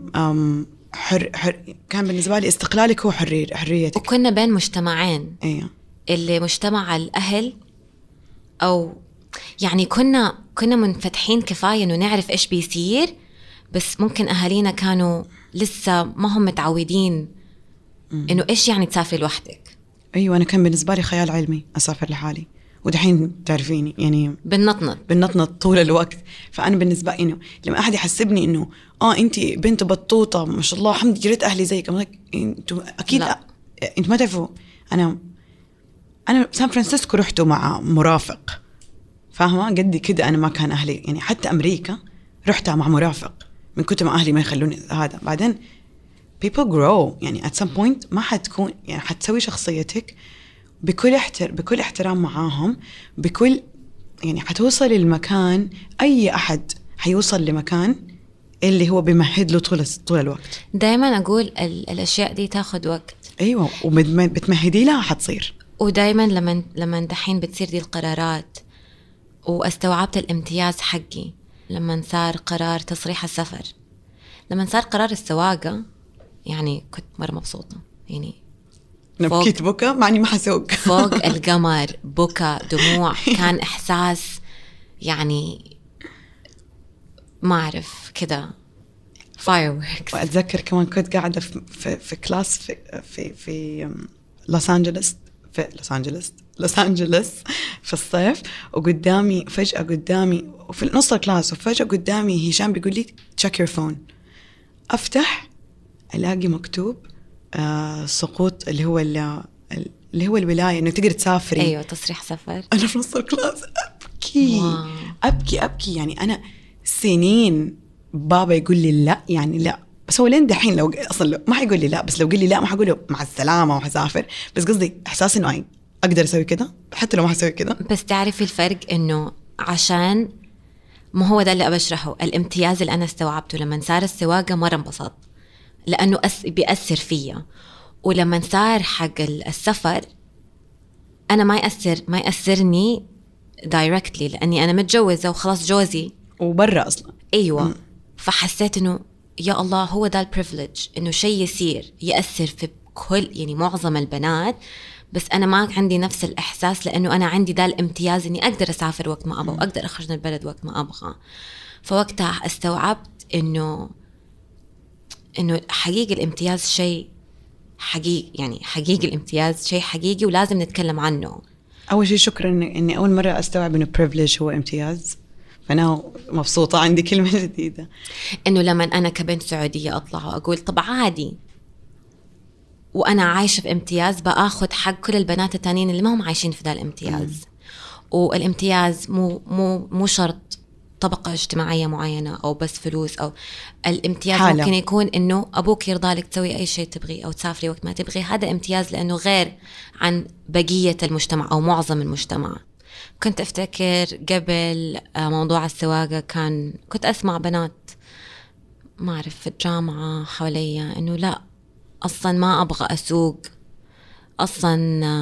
كان بالنسبة لي استقلالك هو حريتك. وكنا بين مجتمعين. أيوه. اللي مجتمع الأهل، أو يعني كنا منفتحين كفاية إنه نعرف إيش بيصير، بس ممكن أهالينا كانوا لسه ما هم متعودين إنه إيش يعني تسافر لوحدك. أيوة أنا كان بالنسبة لي خيال علمي أسافر لحالي، ودحين تعرفيني يعني بالنطنط طول الوقت. فأنا بالنسبة إنه لما أحد يحسبني إنه أنتي بنت بطوطة ما شاء الله حمد جريت أهلي زيك، أنتوا أكيد أنتوا ما تعرفوا. أنا سان فرانسيسكو رحته مع مرافق، فاهمة قدي كده. أنا ما كان أهلي يعني، حتى أمريكا رحتها مع مرافق من كتر ما أهلي ما يخلوني هذا. بعدين people grow يعني at some point ما حتكون يعني حتسوي شخصيتك بكل احترام معاهم، يعني حتوصل للمكان. أي أحد حيوصل لمكان اللي هو بيمهد له طول الوقت. دايما أقول الأشياء دي تاخد وقت. أيوة وبتمهدي لها حتصير. ودايما لما دحين بتصير دي القرارات، واستوعبت الامتياز حقي لما صار قرار تصريح السفر، لما صار قرار السواقة، يعني كنت مرة مبسوطة. يعني نبكيت بكى معني ما حسوق فوق القمر، بكى دموع، كان إحساس يعني ما أعرف كده fireworks. وأتذكر كمان كنت قاعدة في كلاس في لوس أنجلوس في الصيف، وقدامي وفي نص الكلاس، وفجأة قدامي هشام بيقول لي check your phone. أفتح ألاقي مكتوب سقوط اللي هو الولاية إنه تقدر تسافري. أيوة تصريح سفر. أنا في نص الكلاس أبكي يعني أنا سنين بابا يقول لي لا، يعني لا، بس هو لين دحين لو أصلا ما حيقول لي لا، بس لو قال لي لا ما حقول له مع السلامة وحسافر. بس قصدي إحساس إنه أقدر أسوي كده حتى لو ما حسوي كده. بس تعرفي الفرق إنه عشان ما هو ده اللي أبشرحه. الامتياز اللي أنا استوعبته لما صار السواقة مرة انبسط، لأنه بيأثر فيا، ولما صار حق السفر أنا ما يأثرني دايركتلي لأني أنا متجوزة وخلاص جوزي وبرا أصلا. أيوة. فحسيت إنه يا الله هو ده البريفليج، إنه شيء يأثر في كل يعني معظم البنات، بس أنا ما عندي نفس الإحساس لأنه أنا عندي ده الامتياز إني أقدر أسافر وقت ما أبغى وأقدر أخرج من البلد وقت ما أبغى. فوقتها استوعبت إنه حقيقي الامتياز شيء حقيقي، يعني حقيقي الامتياز شيء حقيقي ولازم نتكلم عنه. أول شيء شكرا إني أول مرة أستوعب إنه privilege هو امتياز، فأنا مبسوطة عندي كلمة جديدة. إنه لما أنا كبنت سعودية أطلع وأقول طب عادي وأنا عايشة في امتياز بأخذ حق كل البنات التانيين اللي ما هم عايشين في ذا الامتياز. والامتياز مو شرط طبقة اجتماعية معينة أو بس فلوس، أو الامتياز حالة. ممكن يكون إنه أبوك يرضى لك تسوي أي شيء تبغي أو تسافري وقت ما تبغي، هذا امتياز لأنه غير عن بقية المجتمع أو معظم المجتمع. كنت أفتكر قبل موضوع السواقة كنت أسمع بنات ما أعرف في الجامعة حواليا إنه لا أصلا ما أبغى أسوق، أصلا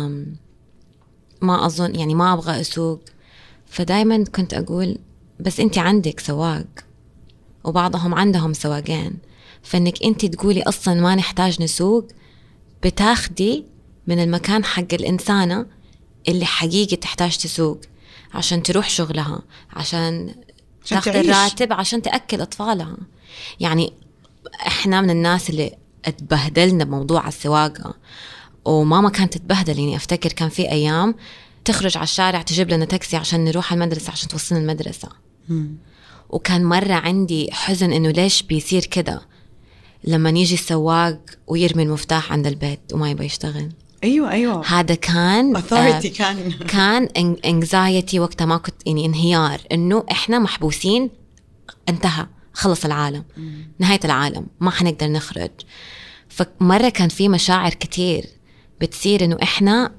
ما أظن يعني ما أبغى أسوق. فدايما كنت أقول بس أنت عندك سواق وبعضهم عندهم سواقين، فإنك أنت تقولي أصلا ما نحتاج نسوق، بتاخدي من المكان حق الإنسانة اللي حقيقي تحتاج تسوق عشان تروح شغلها، عشان تاخد الراتب، عشان تأكل أطفالها. يعني إحنا من الناس اللي اتبهدلنا بموضوع السواقة، وماما كانت تتبهدل. يعني أفتكر كان في أيام تخرج على الشارع تجيب لنا تاكسي عشان نروح المدرسة عشان توصلنا المدرسة. وكان مرة عندي حزن إنه ليش بيصير كده لما يجي السواق ويرمي المفتاح عند البيت وما يبغى يشتغل. أيوة هذا كان كان anxiety وقتها، ما كنت يعني انهيار إنه إحنا محبوسين، انتهى خلص العالم، نهاية العالم، ما حنقدر نخرج. فمرة كان في مشاعر كتير بتصير إنه إحنا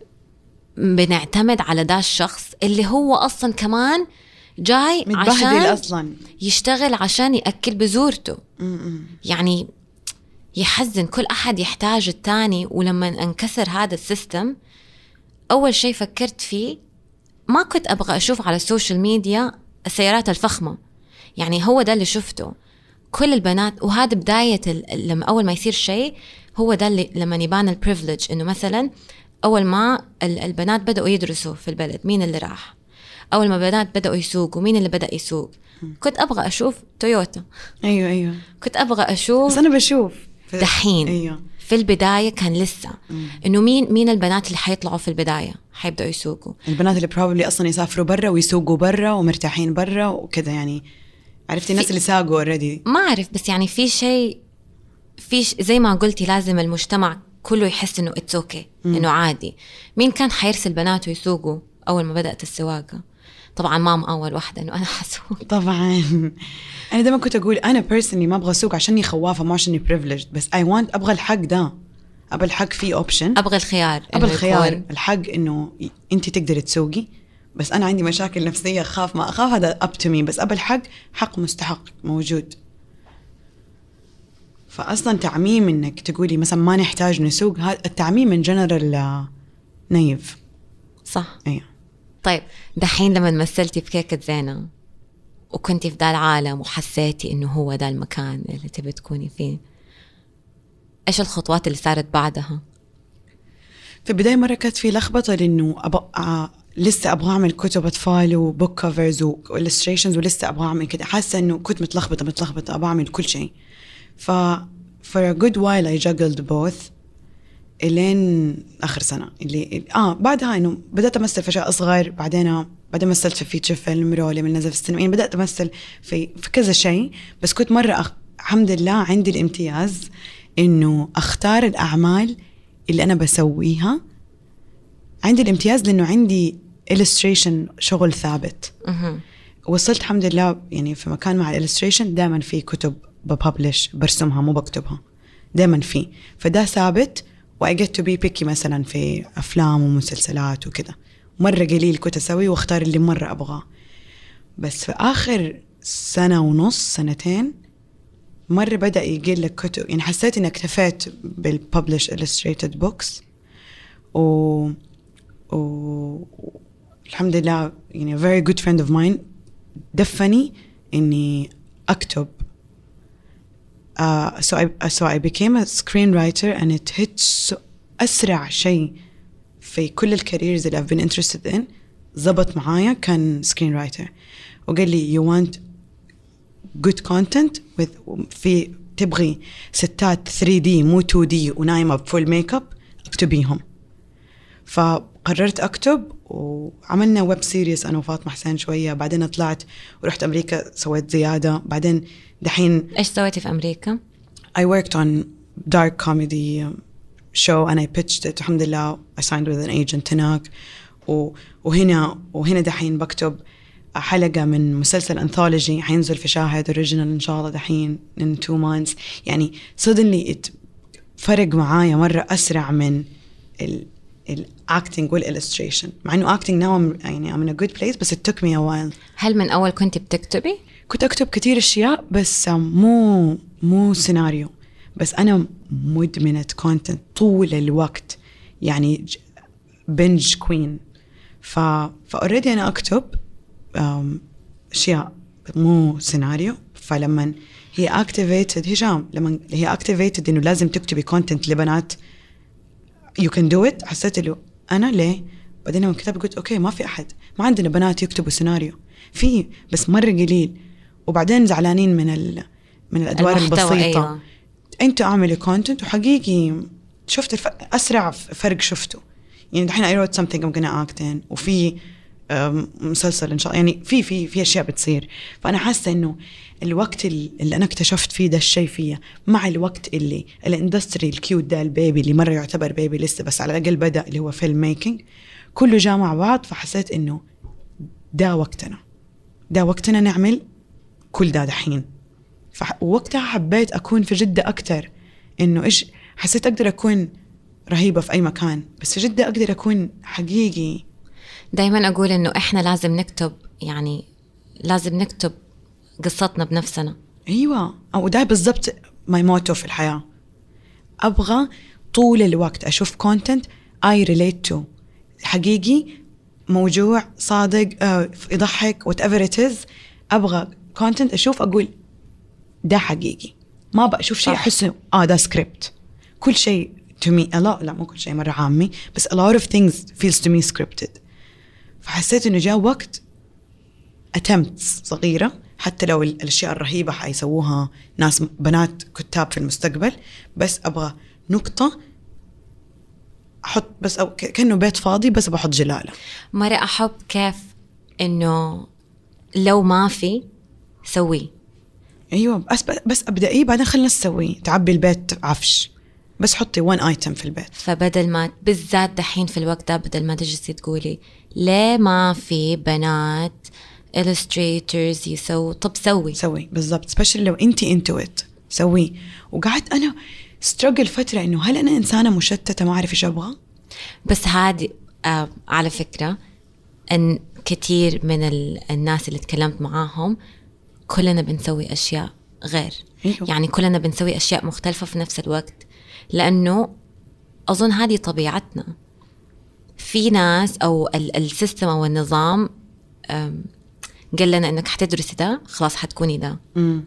بنعتمد على دا الشخص اللي هو أصلا كمان جاي عشان أصلاً يشتغل عشان يأكل بزورته. يعني يحزن، كل أحد يحتاج التاني. ولما انكسر هذا السيستم أول شيء فكرت فيه، ما كنت أبغى أشوف على السوشيال ميديا السيارات الفخمة، يعني هو ده اللي شفته كل البنات. وهذا بداية لما أول ما يصير شيء هو ده اللي لما يبان البريفليج، إنه مثلا أول ما البنات بدأوا يدرسوا في البلد مين اللي راح، أول ما البنات بدأوا يسوقوا مين اللي بدأ يسوق. كنت أبغى أشوف تويوتا. أيوة كنت أبغى أشوف، بس أنا بشوف دحين. أيوة. في البداية كان لسه إنه مين البنات اللي حيطلعوا في البداية حيبدأوا يسوقوا، البنات اللي probably أصلا يسافروا برا ويسوقوا برا ومرتاحين برا وكذا. يعني عرفتي الناس اللي ساقوا already. ما أعرف، بس يعني في شيء زي ما قلتي لازم المجتمع كله يحس إنه it's okay، إنه عادي. مين كان حيرسل بناته يسوقوا أول ما بدأت السواقة؟ طبعا مام أول واحدة إنه أنا حسوق. طبعا أنا دائما كنت أقول أنا personally ما أبغى أسوق عشاني خوافة، ما عشاني privileged، بس أبغى الحق ده، أبغى الحق فيه option، أبغى الخيار، الحق إنه أنت تقدر تسوقي. بس أنا عندي مشاكل نفسية، أخاف ما أخاف، هذا up to me، بس أبغى الحق، حق مستحق موجود. فأصلا تعميم إنك تقولي مثلا ما نحتاج نسوق، هذا التعميم من جنرال نايف. صح. أيوة. طيب دحين لما مثلتي في كيكة زينة وكنتي في ذا العالم وحسيتي إنه هو ذا المكان اللي تبي تكوني فيه، إيش الخطوات اللي صارت بعدها؟ في البداية مرة كانت في لخبطة، لأنه لسه أبغى أعمل كتب أطفال وبوك كوفرز وإلستريشنز، ولسه أبغى أعمل كده. حاسة إنه كنت متلخبطة أبغى أعمل كل شيء. for a good while I juggled both إلين آخر سنة اللي بعدها إنه بدأت أمثل في أشياء أصغر. بعدين مثلت في فيتشر فيلم رولي من نزل في السينما، يعني بدأت أمثل في كذا شيء. بس كنت مرة الحمد لله عندي الامتياز إنه أختار الأعمال اللي أنا بسويها. عندي الامتياز لأنه عندي illustration شغل ثابت. وصلت الحمد لله يعني في مكان مع illustration دائما في كتب بببلش برسمها مو بكتبها، دائما في، فده ثابت. و I get to be picky مثلا في أفلام ومسلسلات وكده. مرة قليل كنت أسوي واختار اللي مرة أبغاه. بس في آخر سنة ونص سنتين مرة بدأ يجي لك كتب، يعني حسيت إني اكتفيت بالpublish illustrated books الحمد لله يعني a very good friend of mine دفني إني أكتب. So I became a screenwriter and it hit أسرع شيء في كل الكاريرز اللي I've been interested in زبط معايا كان screenwriter. وقال لي you want good content with في تبغي ستات 3D مو 2D ونايمة بفول ميك اب اكتبيهم. فقررت أكتب وعملنا ويب سيريز أنا وفاطمة حسين شوية، بعدين طلعت ورحت أمريكا سويت زيادة. بعدين دحين إيش سويتي في أمريكا؟ I worked on dark comedy show and I pitched it. الحمد لله I signed with an agent هناك. وهنا دحين بكتب حلقة من مسلسل أنثولوجي حينزل في شاهد أوريجينال إن شاء الله دحين in 2 months. يعني suddenly فرق معايا مرة أسرع من acting والillustration، مع إنه acting now يعني I'm in a good place بس it took me a while. هل من أول كنت بتكتبي؟ كنت أكتب كتير أشياء بس مو سيناريو، بس أنا مدمنة content طول الوقت، يعني binge queen. فأوريدي أنا أكتب أشياء مو سيناريو. فلما هي activated هشام، لما هي activated إنه لازم تكتبي content لبنات you can do it، حسيت له أنا ليه؟ بعدين لما كتبت قلت أوكي ما في أحد، ما عندنا بنات يكتبوا سيناريو، في بس مرة قليل. وبعدين زعلانين من الأدوار البسيطة. أيوة. أنتوا أعملوا content وحقيقي شفت أسرع فرق شفته. يعني دحين I wrote something I'm gonna act in، وفي مسلسل إن شاء الله، يعني في أشياء بتصير. فأنا حاسة إنه الوقت اللي أنا اكتشفت فيه ده الشيء فيه مع الوقت اللي الاندستري الكيوت ده البيبي اللي مرة يعتبر بيبي لسه بس على الأقل بدأ اللي هو فيلم ميكينج، كله جاء مع بعض. فحسيت إنه ده وقتنا نعمل كل ده دحين. ووقتها حبيت أكون في جدة أكتر، إنه إيش حسيت أقدر أكون رهيبة في أي مكان، بس في جدة أقدر أكون حقيقي. دايما أقول إنه إحنا لازم نكتب، يعني لازم نكتب قصتنا بنفسنا. أيوة، أو ده بالضبط my motto في الحياة. أبغى طول الوقت أشوف content I relate to، حقيقي، موجوع، صادق، يضحك whatever it is. أبغى content أشوف أقول ده حقيقي، ما بقى أشوف شيء أحسه ده script. كل شيء to me لا مو كل شيء مرة عامي، بس a lot of things feels to me scripted. فحسيت إنه جاء وقت attempts صغيرة، حتى لو الأشياء الرهيبة حيسووها ناس بنات كتاب في المستقبل، بس أبغى نقطة أحط بس كأنه بيت فاضي بس بحط جلالة. مرة أحب كيف إنه لو ما في سوي. أيوة، بس أبدأ بعدين خلنا نسوي، تعبي البيت عفش، بس حطي one item في البيت. فبدل ما بالذات دحين في الوقت ده، بدل ما تجلسي تقولي ليه ما في بنات illustrators يسوي، طب سوي بالضبط، especially لو انتي into it سوي. وقعدت أنا struggle فترة إنه هل أنا إنسانة مشتتة ما أعرف إيش أبغى. بس هذه على فكرة أن كثير من الناس اللي تكلمت معاهم كلنا بنسوي أشياء غير. أيوه. يعني كلنا بنسوي أشياء مختلفة في نفس الوقت، لأنه أظن هذه طبيعتنا. في ناس أو السيستم أو النظام قال لنا إنك حتدرسي ده خلاص حتكوني ده،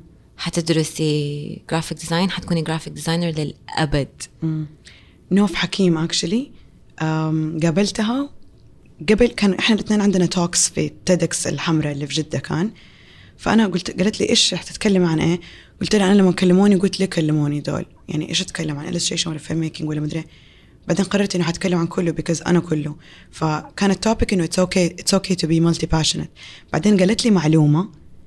حتدرسي جرافيك ديزاين حتكوني جرافيك ديزاينر للأبد. نوف حكيم actually قابلتها قبل، كان إحنا الاثنين عندنا توكس في تيدكس الحمراء اللي في جدة كان. فأنا قالت لي إيش رح تتكلم عن إيه؟ قلت لها أنا لما كلموني قلت ليه كلموني دول، يعني إيش أتكلم عن illustration ولا film making ولا مدري. بعدين قررت إنه حتكلم عن كله because أنا كله. فكان التوبيك إنه it's okay to be multi passionate. بعدين قالت لي معلومة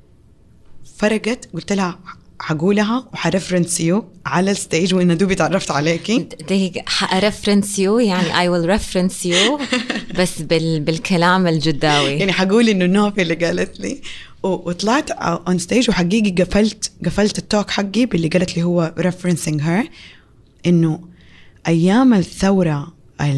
فرقت، قلت لها حقولها وحرفرنس يو على الستيج وإن دوبي تعرفت عليكي. دقيقة، حرفرنس يو يعني I will reference you بس بالكلام الجداوي. يعني حقول إنه نوفي اللي قالت لي، وطلعت on stage وحقيقي قفلت التوك حقي باللي قالت لي هو referencing her، إنه أيام الثورة،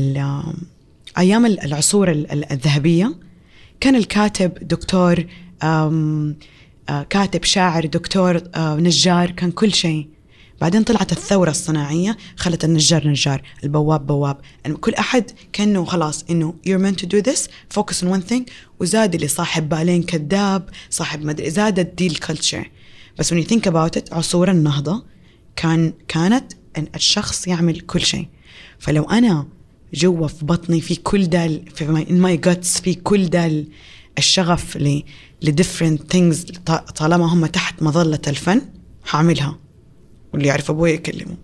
أيام العصور الذهبية، كان الكاتب دكتور كاتب، شاعر، دكتور، نجار، كان كل شيء. بعدين طلعت الثورة الصناعية خلت النجار نجار، البواب بواب، كل أحد كأنه خلاص إنه you're meant to do this, focus on one thing. وزاد اللي صاحب بالين كذاب، صاحب مدري، زادت دي الكلتشر. بس when you think about it، عصور النهضة كانت إن الشخص يعمل كل شيء. فلو أنا جوا في بطني في كل ده، في in my guts في كل ده الشغف different things، طالما هم تحت مظلة الفن هعملها، واللي يعرف أبوي يكلمه.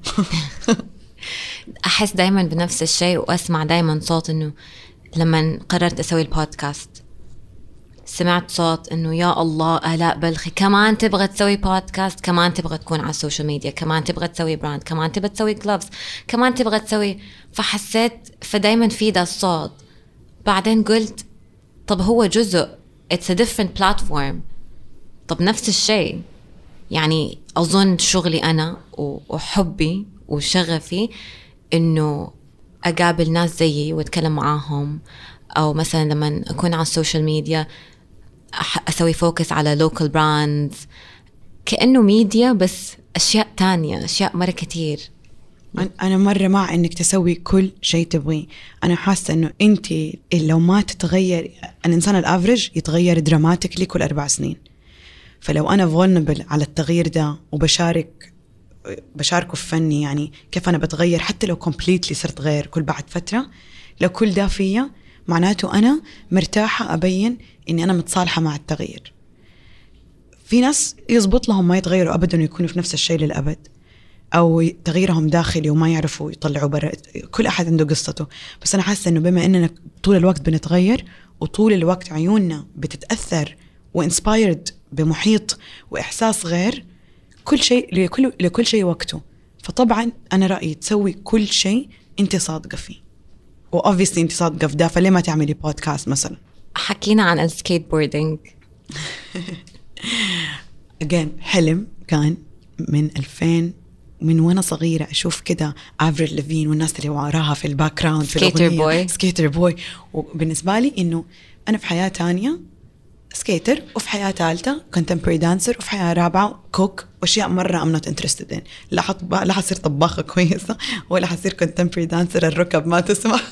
أحس دايما بنفس الشيء، وأسمع دايما صوت إنه لما قررت أسوي البودكاست سمعت صوت إنه يا الله آلاء بلخي كمان تبغى تسوي بودكاست، كمان تبغى تكون على السوشيال ميديا، كمان تبغى تسوي براند، كمان تبغى تسوي جلوفز، كمان تبغى تسوي. فحسيت فدايما في ده الصوت. بعدين قلت طب هو جزء، it's a different platform. طب نفس الشيء يعني. أظن شغلي أنا وحبي وشغفي إنه أقابل ناس زيي وأتكلم معاهم، أو مثلا لما أكون على السوشيال ميديا أسوي فوكس على local brands، كأنه ميديا بس أشياء تانية، أشياء مرة كتير. أنا مرة مع إنك تسوي كل شيء تبغيه. أنا حاسة إنه أنت لو ما تتغير، الإنسان الأفريج يتغير دراماتيكلي كل 4 سنين. فلو أنا vulnerable على التغيير ده بشاركه في فني، يعني كيف أنا بتغير حتى لو completely صرت غير كل بعد فترة، لو كل ده فيا معناته أنا مرتاحة أبين إني أنا متصالحة مع التغيير. في ناس يزبط لهم ما يتغيروا أبدا ويكونوا في نفس الشيء للأبد، أو تغييرهم داخلي وما يعرفوا يطلعوا برا. كل أحد عنده قصته. بس أنا حاسة إنه بما إننا طول الوقت بنتغير وطول الوقت عيوننا بتتأثر وإنسبايرد بمحيط وإحساس غير، كل شيء لكل شيء وقته. فطبعا أنا رأيي تسوي كل شيء أنت صادقة فيه، وأوبفيسلي أنت صادقة في ده، فليه ما تعملي بودكاست مثلا؟ حكينا عن السكيت بوردينج. again حلم كان من 2000، من وانا صغيرة أشوف كده أفريل لافين والناس اللي وراها في الباك جراوند في الأغنية سكيتر بوي. وبالنسبة لي إنه أنا في حياة تانية سكيتر، وفي حياة ثالثة contemporary dancer، وفي حياة رابعة كوك، وأشياء مرة I'm not interested in. لا حصير طباخة كويسة، ولا حصير contemporary dancer الركب ما تسمع،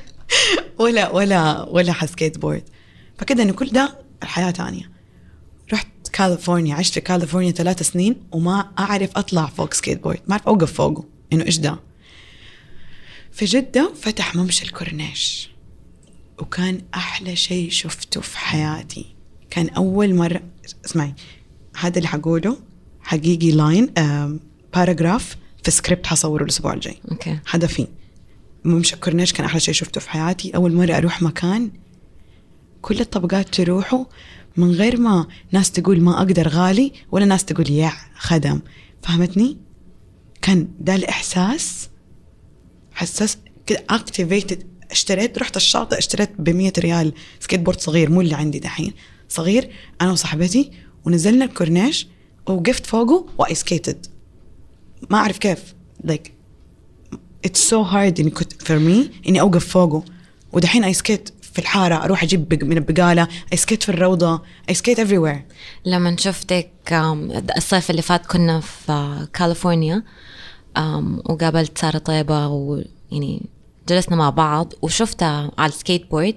ولا حسكيت بورد. فكده إنه كل ده الحياة تانية. رحت كاليفورنيا، عشت في كاليفورنيا 3 سنين وما أعرف أطلع فوق سكيت بورد، ما أعرف أوقف فوقه، إنه إيش ده. في جدة فتح ممشى الكورنيش، وكان أحلى شيء شفته في حياتي. كان أول مرة، اسمعي هذا اللي حقوله حقيقي، لاين باراجراف في سكريبت حصوره الأسبوع الجاي. هذا فيه ممشى الكورنيش كان أحلى شيء شفته في حياتي. أول مرة أروح مكان كل الطبقات تروحوا من غير ما ناس تقول ما أقدر غالي، ولا ناس تقول يا خدم. فهمتني؟ كان ده الإحساس، حساس كده activated. رحت الشاطئ اشتريت ب100 ريال سكيت بورد صغير، مو اللي عندي دحين، صغير، أنا وصاحبتي، ونزلنا الكورنيش ووقفت فوقه وأيسكيتد. ما أعرف كيف like it's so hard إني كنت for me إني أوقف فوقه. ودحين أيسكيت في الحارة، أروح أجيب من البقالة، أيسكيت في الروضة، أيسكيت everywhere. لما شفتك الصيف اللي فات كنا في كاليفورنيا، وقابلت سارة طيبة، ويعني جلسنا مع بعض وشفتها على السكيت بورد،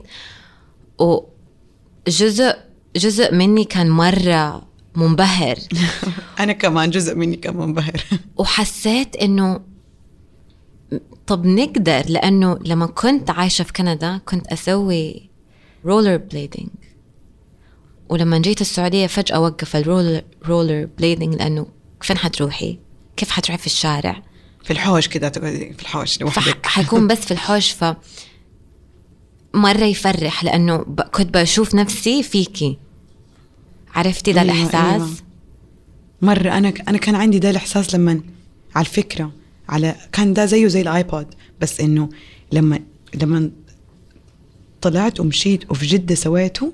وجزء مني كان مرة منبهر. أنا كمان جزء مني كان منبهر. وحسيت إنه طب نقدر، لأنه لما كنت عايشة في كندا كنت أسوي رولر بليدنج، ولما جيت السعودية فجأة وقف الرولر بليدنج، لأنه فين حتروحي؟ كيف حتروحي في الشارع؟ في الحوش كده، تقعدي في الحوش لوحدك. حيكون بس في الحوش. مرة يفرح، لأنه كنت بشوف نفسي فيكي. عرفتي ده الإحساس؟ أيوة. مرة أنا كان عندي ده الإحساس لما على الفكرة كان ده زيه زي الآيبود، بس إنه لما طلعت ومشيت وفي جدة سويته،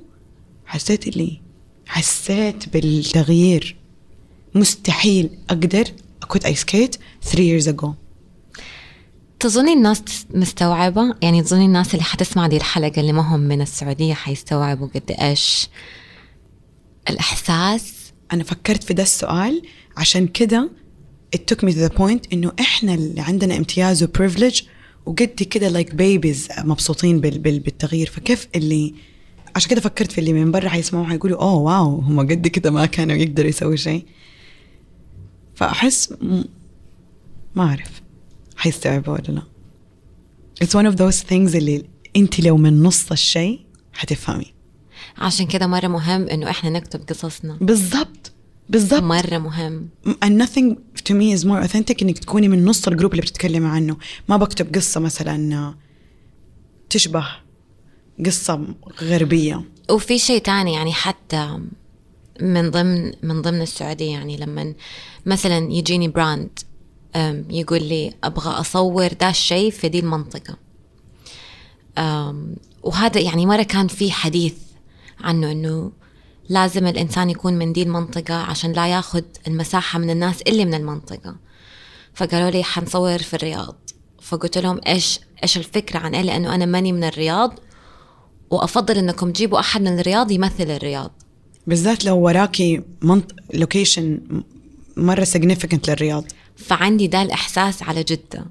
حسيت بالتغيير. مستحيل أقدر كنت أيسكيت 3 years ago. تظني الناس مستوعبة؟ يعني تظني الناس اللي حتسمع دي الحلقة اللي ما هم من السعودية حيستوعبوا قد إيش الإحساس أنا فكرت في ده السؤال عشان كده it took me to the point إنه إحنا اللي عندنا امتياز و privilege وقدي كده like babies مبسوطين بالتغيير. فكيف اللي عشان كده فكرت في اللي من برا حيسمعوا حيقولوا أوه واو هم قدي كده ما كانوا يقدروا يسوي شيء. فأحس ما أعرف حيستوعبوا ولا لا. It's one of those things اللي أنت لو من نص الشيء حتفهمي. عشان كده مرة مهم إنه إحنا نكتب قصصنا. بالضبط مرة مهم. and nothing to me is more authentic إنك تكوني من نص الجروب اللي بتتكلمي عنه. ما بكتب قصة مثلا تشبه قصة غربية. وفي شيء تاني يعني حتى من ضمن السعودية يعني لما مثلا يجيني براند يقول لي أبغى أصور ده الشيء في دي المنطقة، وهذا يعني مرة كان في حديث عنه إنه لازم الإنسان يكون من دي المنطقة عشان لا ياخد المساحة من الناس اللي من المنطقة. فقالوا لي حنصور في الرياض، فقلت لهم إيش الفكرة عن إيه؟ لأنه أنا ماني من الرياض وأفضل إنكم تجيبوا أحد من الرياض يمثل الرياض، بالذات لو وراكي لوكيشن مرة significant للرياض. فعندي ده الإحساس على جدة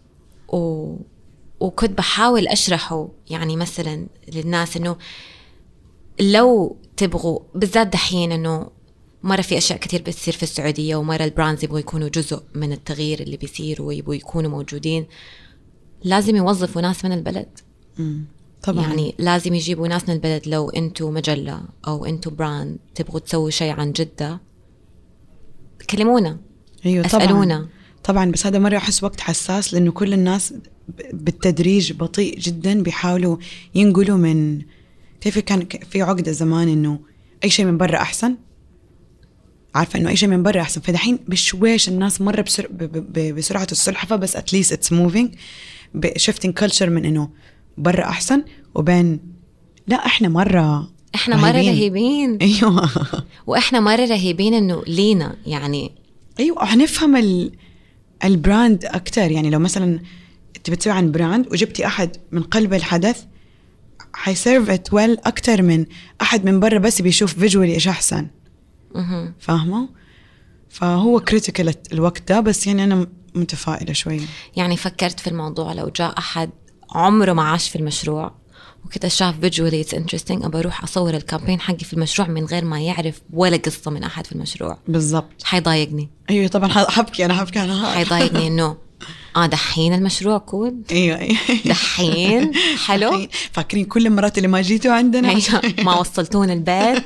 وكنت بحاول أشرحه يعني مثلا للناس إنه لو تبغوا بالذات دحين إنه مرة في أشياء كتير بتصير في السعودية ومرة البراندز يبغوا يكونوا جزء من التغيير اللي بيصير ويبغوا يكونوا موجودين، لازم يوظفوا ناس من البلد. طبعا. يعني لازم يجيبوا ناس من البلد. لو أنتوا مجلة أو أنتوا براند تبغوا تسووا شيء عن جدة كلمونا. أيوة أسألونا. طبعا بس هذا مرة أحس وقت حساس لأنه كل الناس بالتدريج بطيء جدا بيحاولوا ينقلوا من كيف كان في عقدة زمان إنه أي شيء من برا أحسن، عارفة إنه أي شيء من برا أحسن. فدحين بشويش الناس مرة بسرعة السلحفة، بس at least it's moving shifting culture من إنه برا أحسن وبين لا إحنا مرة رهيبين. أيوة وإحنا مرة رهيبين إنه لينا يعني. أيوة هنفهم البراند أكتر. يعني لو مثلا تبي تسوي عن براند وجبتي أحد من قلب الحدث حيسيرف ات ويل أكتر من أحد من برا بس بيشوف فيجوالي إيش أحسن. فاهمة؟ فهو كريتيكال الوقت ده، بس يعني أنا متفائلة شوي. يعني فكرت في الموضوع لو جاء أحد عمره ما عاش في المشروع وكده شاف فيجوالي it's interesting أبى أروح أصور الكامبين حقي في المشروع من غير ما يعرف ولا قصة من أحد في المشروع. بالضبط. حيضايقني. أيوة طبعا حبكي أنا حيضايقني إنه دحين المشروع كود. أيوة دحين حلو. فاكرين كل المرات اللي ما جيتوا عندنا ما وصلتون البيت.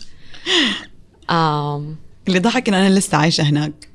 اللي ضحك إن أنا لسه عايشة هناك،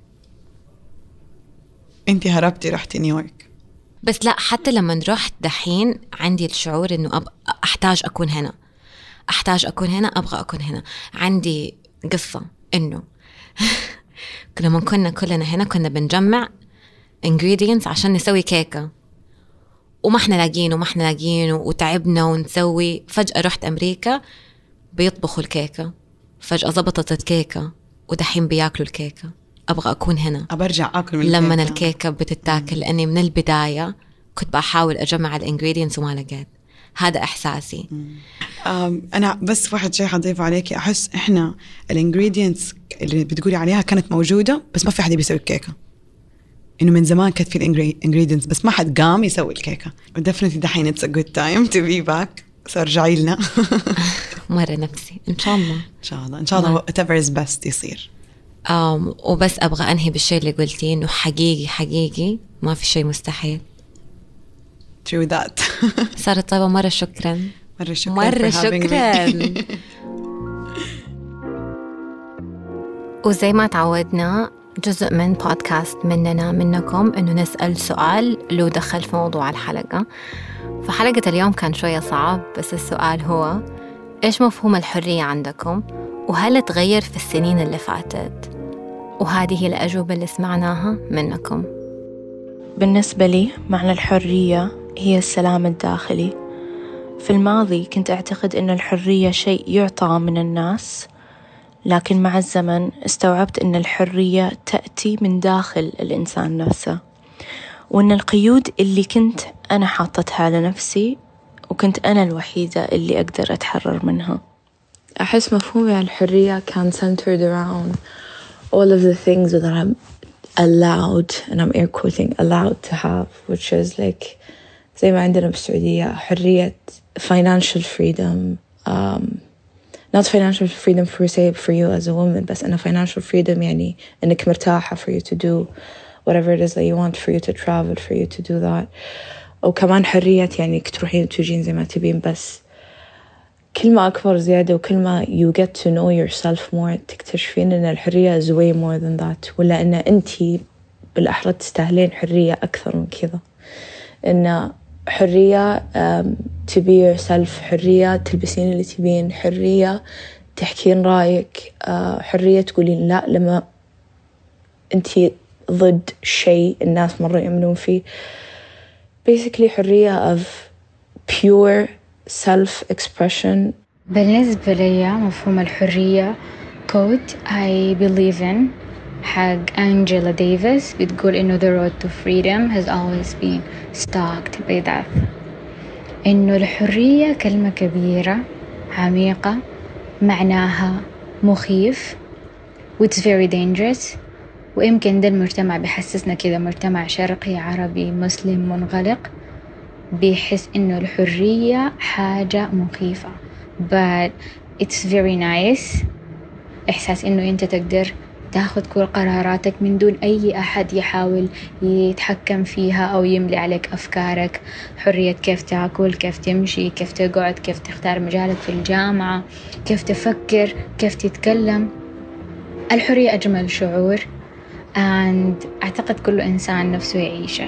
أنتي هربتي رحتي نيويورك. بس لا، حتى لما رحت دحين عندي الشعور إنه أحتاج أكون هنا، أبغى أكون هنا. عندي قصة إنه لما كنا كلنا هنا كنا بنجمع ingredients عشان نسوي كيكة وما احنا لاقيينه وتعبنا ونسوي. فجأة رحت أمريكا بيطبخوا الكيكة، فجأة زبطت الكيكة ودحين بياكلوا الكيكة. أبغى أكون هنا، أبرجع أكل من لما الكيكة بتتاكل، لأني من البداية كنت بحاول أجمع الانجريدينتس وما لقيت. هذا إحساسي. أنا بس واحد شيء حضيف عليكي، أحس إحنا الانجريدينتس اللي بتقولي عليها كانت موجودة بس ما في حد بيسوي الكيكة. إنه من زمان كانت في الانجريدينتس بس ما حد قام يسوي الكيكة. definitely دحين it's a good time to be back. رجعي لنا. مرة نفسي إن شاء الله whatever is best يصير. وبس أبغى أنهي بالشيء اللي قلتيه إنه حقيقي ما في شيء مستحيل. True that. سارة طيبة، مرة شكرا. وزي ما تعودنا جزء من بودكاست مننا منكم إنه نسأل سؤال له دخل في موضوع الحلقة. فحلقة اليوم كان شوية صعب، بس السؤال هو إيش مفهوم الحرية عندكم؟ وهل تغير في السنين اللي فاتت؟ وهذه هي الأجوبة اللي سمعناها منكم. بالنسبة لي معنى الحرية هي السلام الداخلي. في الماضي كنت أعتقد أن الحرية شيء يعطى من الناس، لكن مع الزمن استوعبت أن الحرية تأتي من داخل الإنسان نفسه، وأن القيود اللي كنت أنا حاطتها على نفسي وكنت أنا الوحيدة اللي أقدر أتحرر منها. أحس مفهومي عن الحرية كان centered around all of the things that I'm allowed, and I'm air quoting, allowed to have, which is like زي ما عندنا بالسعودية حرية financial freedom, not financial freedom for you as a woman, بس أنا financial freedom يعني إنك مرتاحة for you to do whatever it is that you want, for you to travel, for you to do that. وكمان حرية يعني إنك تروحين وتجين زي ما تبين. بس كل ما أكبر زيادة وكل ما you get to know yourself more تكتشفين إن الحرية is way more than that، ولا إن أنتي بالأحرى تستاهلين حرية أكثر من كذا. إن حرية to be yourself، حرية تلبسين اللي تبين، حرية تحكين رأيك، حرية تقولين لا لما أنتي ضد شيء الناس مرة يؤمنون فيه. basically حرية of pure self-expression. بالنسبة لي مفهوم الحرية quote I believe in حق أنجيلا ديفيس بتقول إنه the road to freedom has always been stalked by death. إنه الحرية كلمة كبيرة عميقة معناها مخيف which is very dangerous، ويمكن ده المجتمع بيحسسنا كده، مجتمع شرقي عربي مسلم منغلق بيحس إنه الحرية حاجة مخيفة. but it's very nice إحساس إنه أنت تقدر تاخد كل قراراتك من دون أي أحد يحاول يتحكم فيها أو يملي عليك أفكارك. حرية كيف تأكل، كيف تمشي، كيف تقعد، كيف تختار مجالك في الجامعة، كيف تفكر، كيف تتكلم. الحرية أجمل شعور and أعتقد كل إنسان نفسه يعيشه.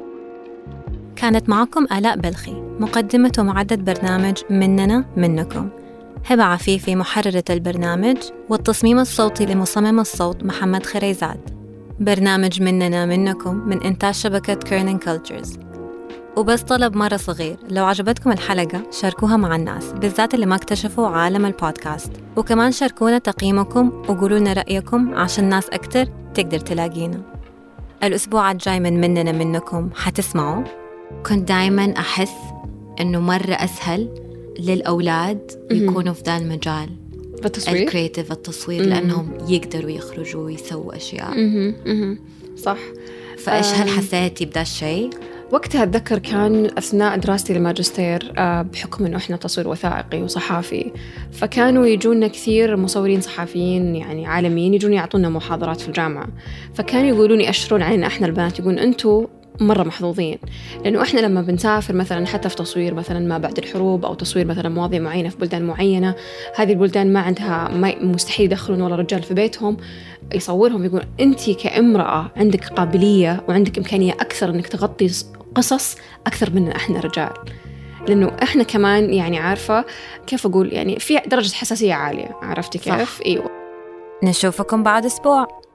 كانت معكم آلاء بلخي، مقدمة ومعدة برنامج مننا منكم، هبة عفيفي محررة البرنامج، والتصميم الصوتي لمصمم الصوت محمد خريزات. برنامج مننا منكم من إنتاج شبكة كيرنين كولتشرز. وبس طلب مرة صغير، لو عجبتكم الحلقة شاركوها مع الناس، بالذات اللي ما اكتشفوا عالم البودكاست، وكمان شاركونا تقييمكم وقولوا لنا رأيكم عشان ناس أكتر تقدر تلاقينا. الأسبوع الجاي من مننا منكم حتسمعوا. كنت دايماً أحس إنه مرة أسهل للأولاد يكونوا في ذا المجال الكرياتيف، التصوير، لأنهم يقدروا يخرجوا ويسووا أشياء. صح. فإيش هل حسيتي بدا الشيء؟ وقتها أتذكر كان أثناء دراستي للماجستير، بحكم إنه إحنا تصوير وثائقي وصحافي، فكانوا يجونا كثير مصورين صحفيين يعني عالميين يجون يعطونا محاضرات في الجامعة، فكانوا يقولون يأشرون علينا إحنا البنات، يقولون أنتوا مرة محظوظين، لأنه إحنا لما بنسافر مثلا حتى في تصوير مثلا ما بعد الحروب أو تصوير مثلا مواضيع معينة في بلدان معينة، هذه البلدان ما عندها مستحيل يدخلون ولا رجال في بيتهم يصورهم. يقول أنتي كامرأة عندك قابلية وعندك إمكانية أكثر إنك تغطي قصص أكثر من إحنا رجال، لأنه إحنا كمان يعني عارفة كيف أقول يعني في درجة حساسية عالية، عرفتي كيف؟ أيوة. نشوفكم بعد أسبوع.